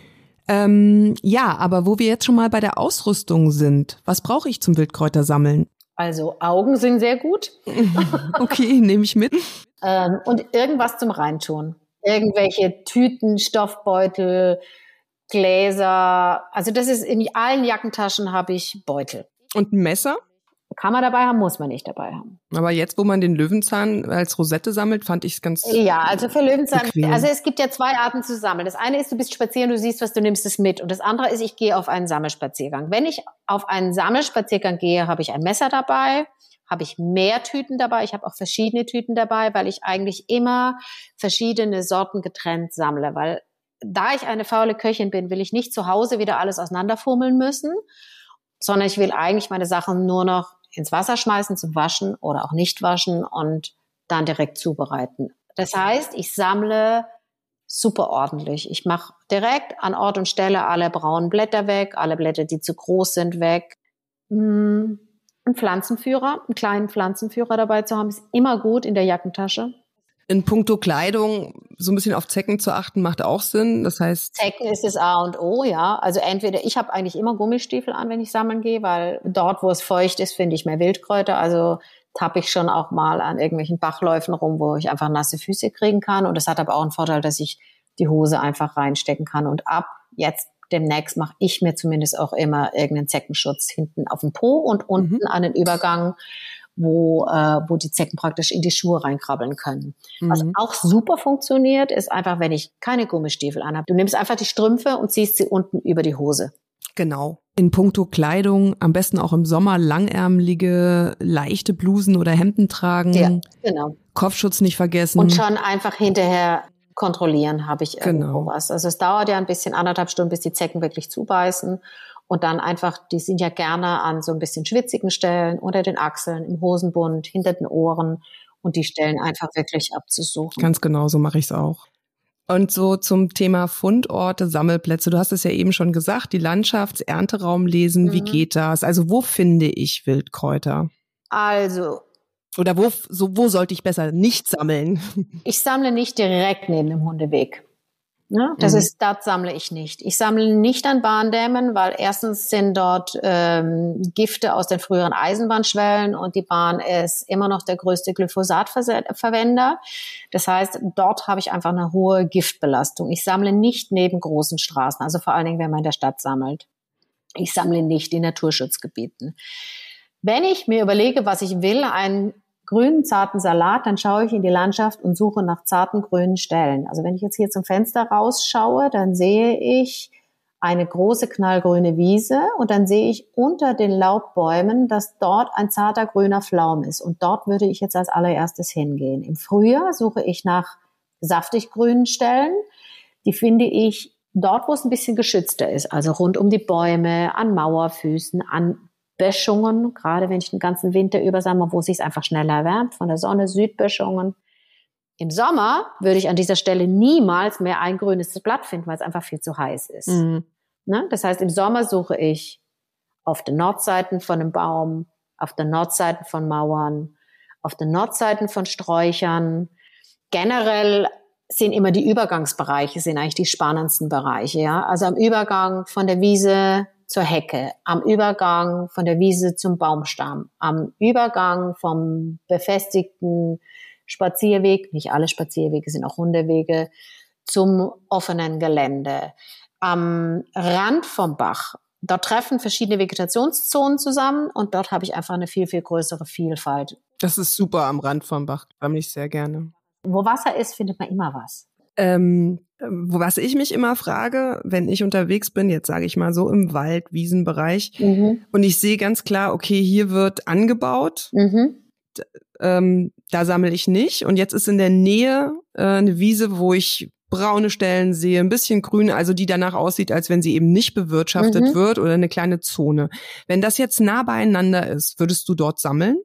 Ja, aber wo wir jetzt schon mal bei der Ausrüstung sind, was brauche ich zum Wildkräutersammeln? Also Augen sind sehr gut. Okay, nehme ich mit. Und irgendwas zum Reintun. Irgendwelche Tüten, Stoffbeutel, Gläser. Also das ist in allen Jackentaschen habe ich Beutel. Und ein Messer? Kann man dabei haben, muss man nicht dabei haben. Aber jetzt, wo man den Löwenzahn als Rosette sammelt, fand ich es ganz Ja, also für Löwenzahn, bequem. Also es gibt ja 2 Arten zu sammeln. Das eine ist, du bist spazieren, du siehst was, du nimmst es mit. Und das andere ist, ich gehe auf einen Sammelspaziergang. Wenn ich auf einen Sammelspaziergang gehe, habe ich ein Messer dabei, habe ich mehr Tüten dabei. Ich habe auch verschiedene Tüten dabei, weil ich eigentlich immer verschiedene Sorten getrennt sammle. Weil da ich eine faule Köchin bin, will ich nicht zu Hause wieder alles auseinanderfummeln müssen, sondern ich will eigentlich meine Sachen nur noch ins Wasser schmeißen zum Waschen oder auch nicht waschen und dann direkt zubereiten. Das heißt, ich sammle super ordentlich. Ich mache direkt an Ort und Stelle alle braunen Blätter weg, alle Blätter, die zu groß sind, weg. Ein Pflanzenführer, einen kleinen Pflanzenführer dabei zu haben, ist immer gut in der Jackentasche. In puncto Kleidung so ein bisschen auf Zecken zu achten, macht auch Sinn. Das heißt, Zecken ist das A und O, ja. Also entweder, ich habe eigentlich immer Gummistiefel an, wenn ich sammeln gehe, weil dort, wo es feucht ist, finde ich mehr Wildkräuter. Also tappe ich schon auch mal an irgendwelchen Bachläufen rum, wo ich einfach nasse Füße kriegen kann. Und das hat aber auch einen Vorteil, dass ich die Hose einfach reinstecken kann. Und ab jetzt demnächst mache ich mir zumindest auch immer irgendeinen Zeckenschutz hinten auf dem Po und unten an den Übergang, wo die Zecken praktisch in die Schuhe reinkrabbeln können. Was auch super funktioniert, ist einfach, wenn ich keine Gummistiefel anhabe. Du nimmst einfach die Strümpfe und ziehst sie unten über die Hose. Genau. In puncto Kleidung, am besten auch im Sommer langärmelige, leichte Blusen oder Hemden tragen. Ja, genau. Kopfschutz nicht vergessen. Und schon einfach hinterher kontrollieren, habe ich irgendwo was. Also es dauert ja ein bisschen 1,5 Stunden, bis die Zecken wirklich zubeißen. Und dann einfach, die sind ja gerne an so ein bisschen schwitzigen Stellen, unter den Achseln, im Hosenbund, hinter den Ohren und die Stellen einfach wirklich abzusuchen. Ganz genau, so mache ich es auch. Und so zum Thema Fundorte, Sammelplätze. Du hast es ja eben schon gesagt, die Landschafts-Ernteraum lesen. Wie geht das? Also wo finde ich Wildkräuter? Also oder wo sollte ich besser nicht sammeln? Ich sammle nicht direkt neben dem Hundeweg. Ja, das sammle ich nicht. Ich sammle nicht an Bahndämmen, weil erstens sind dort Gifte aus den früheren Eisenbahnschwellen und die Bahn ist immer noch der größte Glyphosatverwender. Das heißt, dort habe ich einfach eine hohe Giftbelastung. Ich sammle nicht neben großen Straßen, also vor allen Dingen, wenn man in der Stadt sammelt. Ich sammle nicht in Naturschutzgebieten. Wenn ich mir überlege, was ich will, einen grünen, zarten Salat, dann schaue ich in die Landschaft und suche nach zarten, grünen Stellen. Also wenn ich jetzt hier zum Fenster rausschaue, dann sehe ich eine große, knallgrüne Wiese und dann sehe ich unter den Laubbäumen, dass dort ein zarter, grüner Pflaum ist. Und dort würde ich jetzt als allererstes hingehen. Im Frühjahr suche ich nach saftig grünen Stellen. Die finde ich dort, wo es ein bisschen geschützter ist. Also rund um die Bäume, an Mauerfüßen, an Böschungen, gerade wenn ich den ganzen Winter über sammle, wo es sich einfach schneller erwärmt, von der Sonne, Südböschungen. Im Sommer würde ich an dieser Stelle niemals mehr ein grünes Blatt finden, weil es einfach viel zu heiß ist. Ne? Das heißt, im Sommer suche ich auf den Nordseiten von einem Baum, auf den Nordseiten von Mauern, auf den Nordseiten von Sträuchern. Generell sind immer die Übergangsbereiche, sind eigentlich die spannendsten Bereiche. Ja? Also am Übergang von der Wiese zur Hecke, am Übergang von der Wiese zum Baumstamm, am Übergang vom befestigten Spazierweg, nicht alle Spazierwege sind auch Hundewege, zum offenen Gelände, am Rand vom Bach. Dort treffen verschiedene Vegetationszonen zusammen und dort habe ich einfach eine viel, viel größere Vielfalt. Das ist super am Rand vom Bach, sammle ich sehr gerne. Wo Wasser ist, findet man immer was. Was ich mich immer frage, wenn ich unterwegs bin, jetzt sage ich mal so im Wald, Wiesenbereich, und ich sehe ganz klar, okay, hier wird angebaut, da sammle ich nicht. Und jetzt ist in der Nähe eine Wiese, wo ich braune Stellen sehe, ein bisschen grün, also die danach aussieht, als wenn sie eben nicht bewirtschaftet wird oder eine kleine Zone. Wenn das jetzt nah beieinander ist, würdest du dort sammeln?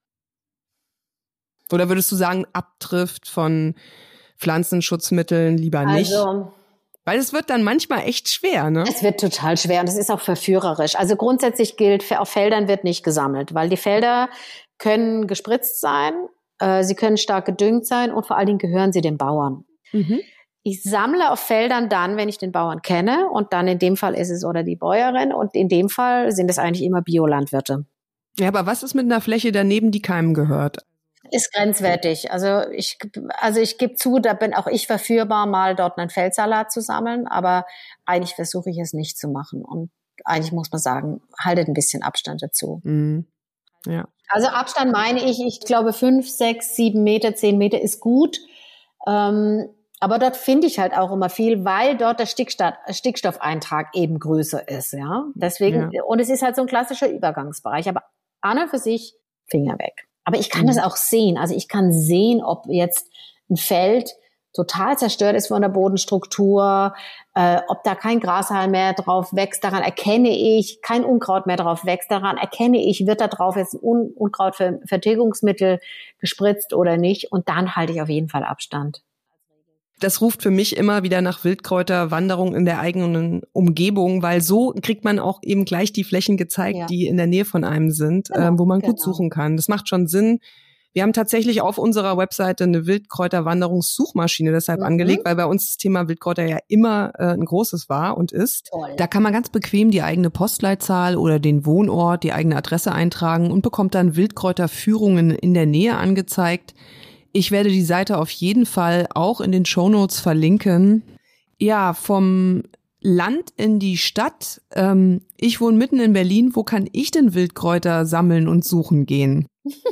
Oder würdest du sagen, Abtrift von Pflanzenschutzmitteln lieber nicht? Also, weil es wird dann manchmal echt schwer, ne? Es wird total schwer und es ist auch verführerisch. Also grundsätzlich gilt, auf Feldern wird nicht gesammelt, weil die Felder können gespritzt sein, sie können stark gedüngt sein und vor allen Dingen gehören sie den Bauern. Ich sammle auf Feldern dann, wenn ich den Bauern kenne, und dann in dem Fall ist es oder die Bäuerin und in dem Fall sind es eigentlich immer Biolandwirte. Ja, aber was ist mit einer Fläche daneben, die keinem gehört? Ist grenzwertig. Also ich gebe zu, da bin auch ich verführbar, mal dort einen Feldsalat zu sammeln, aber eigentlich versuche ich es nicht zu machen. Und eigentlich muss man sagen, haltet ein bisschen Abstand dazu. Ja. Also Abstand meine ich glaube 5, 6, 7 Meter, 10 Meter ist gut. Aber dort finde ich halt auch immer viel, weil dort der Stickstoffeintrag eben größer ist, ja. Deswegen, und es ist halt so ein klassischer Übergangsbereich. Aber an und für sich Finger weg. Aber ich kann das auch sehen. Also ich kann sehen, ob jetzt ein Feld total zerstört ist von der Bodenstruktur, ob da kein Grashalm mehr drauf wächst, daran erkenne ich, kein Unkraut mehr drauf wächst, daran erkenne ich, wird da drauf jetzt ein Unkrautvertilgungsmittel gespritzt oder nicht. Und dann halte ich auf jeden Fall Abstand. Das ruft für mich immer wieder nach Wildkräuterwanderung in der eigenen Umgebung, weil so kriegt man auch eben gleich die Flächen gezeigt, die in der Nähe von einem sind, wo man gut suchen kann. Das macht schon Sinn. Wir haben tatsächlich auf unserer Webseite eine Wildkräuterwanderungssuchmaschine deshalb angelegt, weil bei uns das Thema Wildkräuter ja immer ein großes war und ist. Toll. Da kann man ganz bequem die eigene Postleitzahl oder den Wohnort, die eigene Adresse eintragen und bekommt dann Wildkräuterführungen in der Nähe angezeigt. Ich werde die Seite auf jeden Fall auch in den Shownotes verlinken. Ja, vom Land in die Stadt. Ich wohne mitten in Berlin. Wo kann ich denn Wildkräuter sammeln und suchen gehen?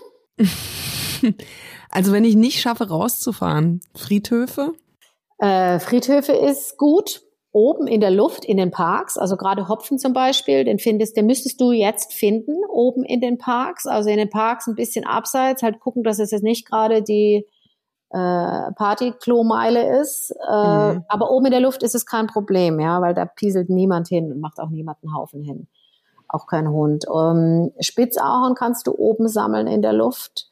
Also wenn ich nicht schaffe, rauszufahren. Friedhöfe? Friedhöfe ist gut. Oben in der Luft, in den Parks, also gerade Hopfen zum Beispiel, den müsstest du jetzt finden, oben in den Parks, also in den Parks ein bisschen abseits, halt gucken, dass es jetzt nicht gerade die Party-Klomeile ist, aber oben in der Luft ist es kein Problem, ja, weil da pieselt niemand hin und macht auch niemand einen Haufen hin, auch kein Hund. Spitzahorn kannst du oben sammeln in der Luft.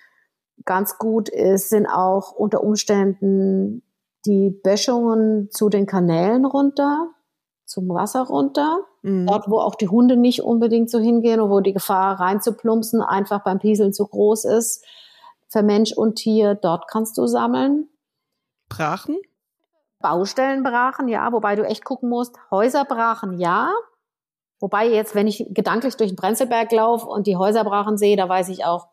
Ganz gut sind auch unter Umständen die Böschungen zu den Kanälen runter, zum Wasser runter. Dort, wo auch die Hunde nicht unbedingt so hingehen und wo die Gefahr reinzuplumpsen einfach beim Pieseln zu groß ist. Für Mensch und Tier, dort kannst du sammeln. Brachen? Baustellenbrachen, ja, wobei du echt gucken musst. Häuserbrachen, ja. Wobei jetzt, wenn ich gedanklich durch den Prenzlberg laufe und die Häuserbrachen sehe, da weiß ich auch,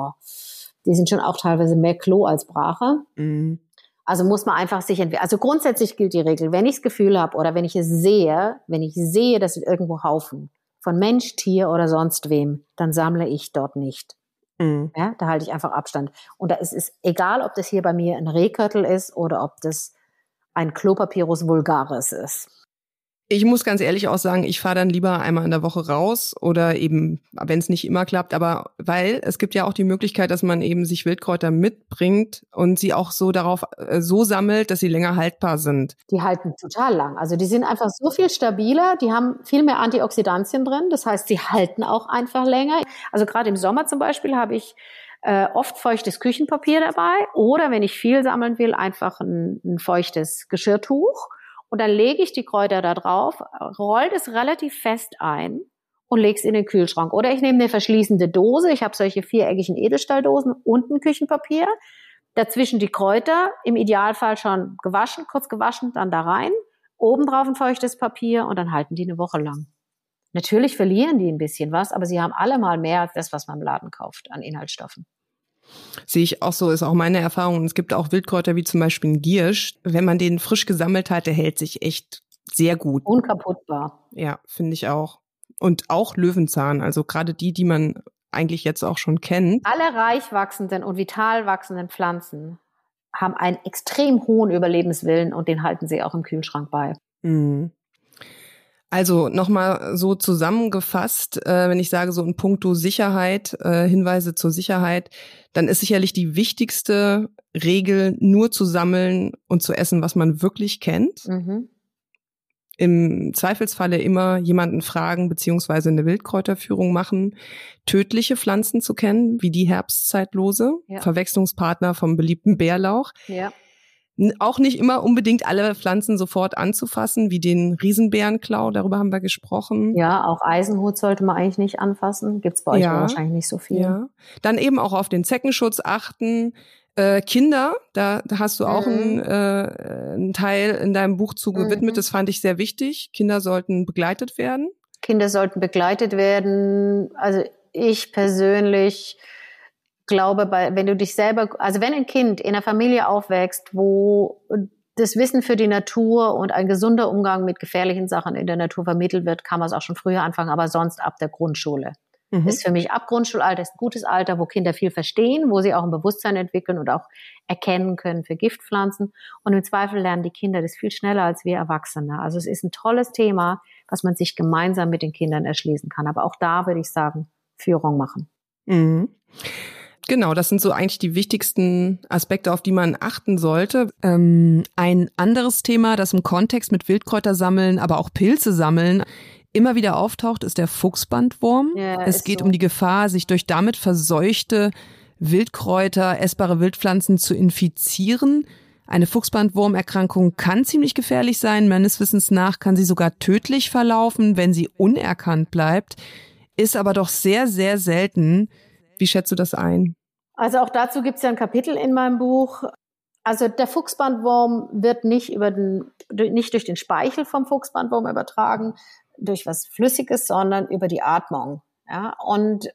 die sind schon auch teilweise mehr Klo als Brache. Also muss man einfach sich entwickeln. Also grundsätzlich gilt die Regel, wenn ich das Gefühl habe oder wenn ich sehe, das sind irgendwo Haufen von Mensch, Tier oder sonst wem, dann sammle ich dort nicht. Ja, da halte ich einfach Abstand. Und da ist es egal, ob das hier bei mir ein Rehköttel ist oder ob das ein Clopapyrus vulgaris ist. Ich muss ganz ehrlich auch sagen, ich fahre dann lieber einmal in der Woche raus oder eben, wenn es nicht immer klappt, aber weil es gibt ja auch die Möglichkeit, dass man eben sich Wildkräuter mitbringt und sie auch so so sammelt, dass sie länger haltbar sind. Die halten total lang. Also die sind einfach so viel stabiler, die haben viel mehr Antioxidantien drin, das heißt, sie halten auch einfach länger. Also gerade im Sommer zum Beispiel habe ich oft feuchtes Küchenpapier dabei oder wenn ich viel sammeln will, einfach ein feuchtes Geschirrtuch. Und dann lege ich die Kräuter da drauf, roll das relativ fest ein und lege es in den Kühlschrank. Oder ich nehme eine verschließende Dose, ich habe solche viereckigen Edelstahldosen und ein Küchenpapier, dazwischen die Kräuter, im Idealfall schon gewaschen, kurz gewaschen, dann da rein, oben drauf ein feuchtes Papier und dann halten die eine Woche lang. Natürlich verlieren die ein bisschen was, aber sie haben allemal mehr als das, was man im Laden kauft an Inhaltsstoffen. Sehe ich auch so, ist auch meine Erfahrung. Es gibt auch Wildkräuter wie zum Beispiel ein Giersch. Wenn man den frisch gesammelt hat, der hält sich echt sehr gut. Unkaputtbar. Ja, finde ich auch. Und auch Löwenzahn, also gerade die man eigentlich jetzt auch schon kennt. Alle reich wachsenden und vital wachsenden Pflanzen haben einen extrem hohen Überlebenswillen und den halten sie auch im Kühlschrank bei. Mhm. Also nochmal so zusammengefasst, wenn ich sage so in puncto Sicherheit, Hinweise zur Sicherheit, dann ist sicherlich die wichtigste Regel, nur zu sammeln und zu essen, was man wirklich kennt. Mhm. Im Zweifelsfalle immer jemanden fragen beziehungsweise eine Wildkräuterführung machen, tödliche Pflanzen zu kennen, wie die Herbstzeitlose, Verwechslungspartner vom beliebten Bärlauch. Ja. Auch nicht immer unbedingt alle Pflanzen sofort anzufassen, wie den Riesenbärenklau, darüber haben wir gesprochen. Ja, auch Eisenhut sollte man eigentlich nicht anfassen. Gibt's bei euch wahrscheinlich nicht so viel. Ja. Dann eben auch auf den Zeckenschutz achten. Kinder, da hast du auch einen Teil in deinem Buch zu gewidmet. Das fand ich sehr wichtig. Kinder sollten begleitet werden. Kinder sollten begleitet werden. Also ich persönlich glaube, wenn ein Kind in einer Familie aufwächst, wo das Wissen für die Natur und ein gesunder Umgang mit gefährlichen Sachen in der Natur vermittelt wird, kann man es auch schon früher anfangen, aber sonst ab der Grundschule. Ist für mich ab Grundschulalter ist ein gutes Alter, wo Kinder viel verstehen, wo sie auch ein Bewusstsein entwickeln und auch erkennen können für Giftpflanzen. Und im Zweifel lernen die Kinder das viel schneller als wir Erwachsene. Also es ist ein tolles Thema, was man sich gemeinsam mit den Kindern erschließen kann. Aber auch da würde ich sagen, Führung machen. Mhm. Genau, das sind so eigentlich die wichtigsten Aspekte, auf die man achten sollte. Ein anderes Thema, das im Kontext mit Wildkräutersammeln, aber auch Pilze sammeln immer wieder auftaucht, ist der Fuchsbandwurm. Ja, es geht um die Gefahr, sich durch damit verseuchte Wildkräuter, essbare Wildpflanzen zu infizieren. Eine Fuchsbandwurmerkrankung kann ziemlich gefährlich sein. Meines Wissens nach kann sie sogar tödlich verlaufen, wenn sie unerkannt bleibt, ist aber doch sehr, sehr selten. Wie schätzt du das ein? Also auch dazu gibt es ja ein Kapitel in meinem Buch. Also der Fuchsbandwurm wird nicht durch den Speichel vom Fuchsbandwurm übertragen, durch was Flüssiges, sondern über die Atmung. Ja, und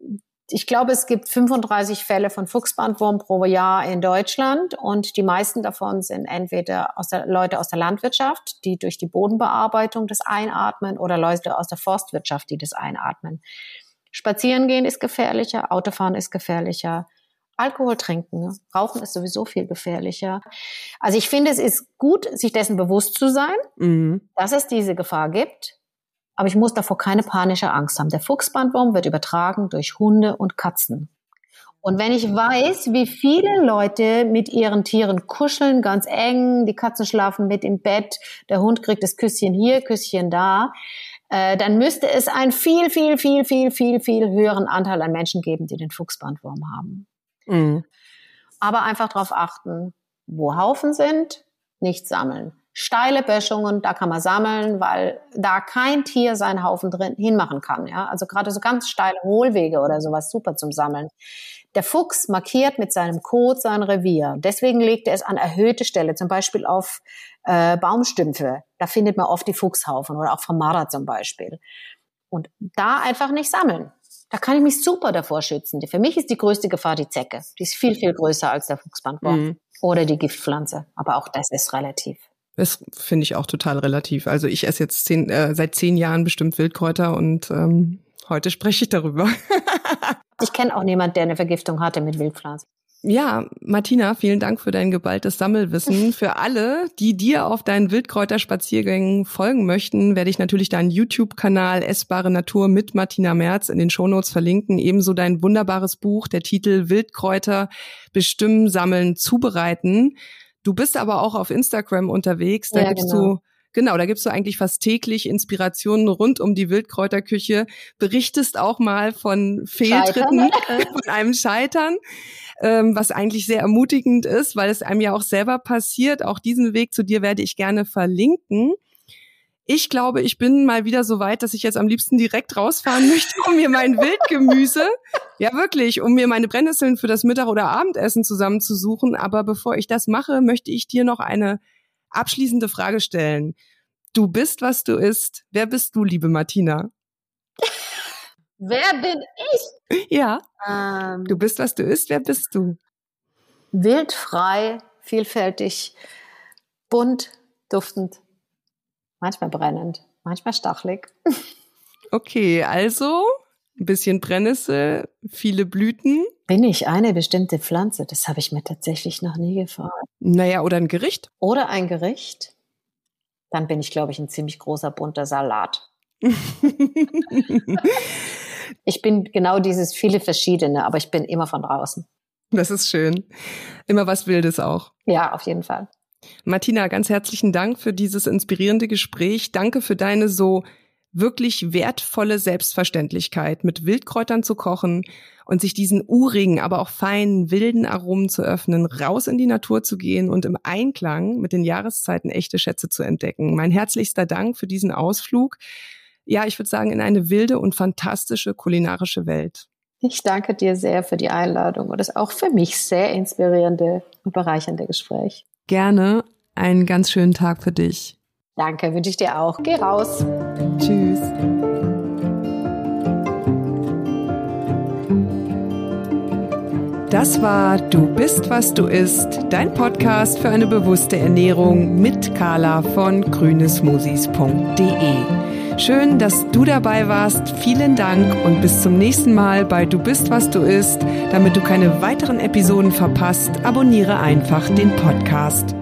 ich glaube, es gibt 35 Fälle von Fuchsbandwurm pro Jahr in Deutschland und die meisten davon sind entweder Leute aus der Landwirtschaft, die durch die Bodenbearbeitung das einatmen, oder Leute aus der Forstwirtschaft, die das einatmen. Spazieren gehen ist gefährlicher, Autofahren ist gefährlicher, Alkohol trinken, Rauchen ist sowieso viel gefährlicher. Also ich finde, es ist gut, sich dessen bewusst zu sein, dass es diese Gefahr gibt. Aber ich muss davor keine panische Angst haben. Der Fuchsbandwurm wird übertragen durch Hunde und Katzen. Und wenn ich weiß, wie viele Leute mit ihren Tieren kuscheln, ganz eng, die Katzen schlafen mit im Bett, der Hund kriegt das Küsschen hier, Küsschen da, dann müsste es einen viel höheren Anteil an Menschen geben, die den Fuchsbandwurm haben. Aber einfach darauf achten, wo Haufen sind, nicht sammeln. Steile Böschungen, da kann man sammeln, weil da kein Tier seinen Haufen drin hinmachen kann. Ja? Also gerade so ganz steile Hohlwege oder sowas, super zum Sammeln. Der Fuchs markiert mit seinem Kot sein Revier. Deswegen legt er es an erhöhte Stelle, zum Beispiel auf Baumstümpfe. Da findet man oft die Fuchshaufen oder auch vom Marder zum Beispiel. Und da einfach nicht sammeln. Da kann ich mich super davor schützen. Für mich ist die größte Gefahr die Zecke. Die ist viel größer als der Fuchsbandwurm. Oder die Giftpflanze. Aber auch das ist relativ. Das finde ich auch total relativ. Also ich esse jetzt seit 10 Jahren bestimmt Wildkräuter und heute spreche ich darüber. Ich kenne auch niemanden, der eine Vergiftung hatte mit Wildpflanzen. Ja, Martina, vielen Dank für dein geballtes Sammelwissen. Für alle, die dir auf deinen Wildkräuterspaziergängen folgen möchten, werde ich natürlich deinen YouTube-Kanal Essbare Natur mit Martina Merz in den Shownotes verlinken. Ebenso dein wunderbares Buch, der Titel Wildkräuter bestimmen, sammeln, zubereiten. Du bist aber auch auf Instagram unterwegs. Da gibst du eigentlich fast täglich Inspirationen rund um die Wildkräuterküche. Berichtest auch mal von Fehltritten, von einem Scheitern, was eigentlich sehr ermutigend ist, weil es einem ja auch selber passiert. Auch diesen Weg zu dir werde ich gerne verlinken. Ich glaube, ich bin mal wieder so weit, dass ich jetzt am liebsten direkt rausfahren möchte, um mir mein Wildgemüse, ja wirklich, um mir meine Brennnesseln für das Mittag- oder Abendessen zusammenzusuchen. Aber bevor ich das mache, möchte ich dir noch eine abschließende Frage stellen. Du bist, was du isst. Wer bist du, liebe Martina? Wer bin ich? Ja, du bist, was du isst. Wer bist du? Wildfrei, vielfältig, bunt, duftend, manchmal brennend, manchmal stachelig. Okay, also, ein bisschen Brennnessel, viele Blüten. Bin ich eine bestimmte Pflanze? Das habe ich mir tatsächlich noch nie gefragt. Naja, oder ein Gericht. Oder ein Gericht? Dann bin ich, glaube ich, ein ziemlich großer bunter Salat. Ich bin genau dieses viele verschiedene, aber ich bin immer von draußen. Das ist schön. Immer was Wildes auch. Ja, auf jeden Fall. Martina, ganz herzlichen Dank für dieses inspirierende Gespräch. Danke für deine so wirklich wertvolle Selbstverständlichkeit, mit Wildkräutern zu kochen und sich diesen urigen, aber auch feinen, wilden Aromen zu öffnen, raus in die Natur zu gehen und im Einklang mit den Jahreszeiten echte Schätze zu entdecken. Mein herzlichster Dank für diesen Ausflug. Ja, ich würde sagen, in eine wilde und fantastische kulinarische Welt. Ich danke dir sehr für die Einladung und das auch für mich sehr inspirierende und bereichernde Gespräch. Gerne. Einen ganz schönen Tag für dich. Danke, wünsche ich dir auch. Geh raus. Tschüss. Das war Du bist, was du isst, dein Podcast für eine bewusste Ernährung mit Carla von grünesmoothies.de. Schön, dass du dabei warst. Vielen Dank und bis zum nächsten Mal bei Du bist, was du isst. Damit du keine weiteren Episoden verpasst, abonniere einfach den Podcast.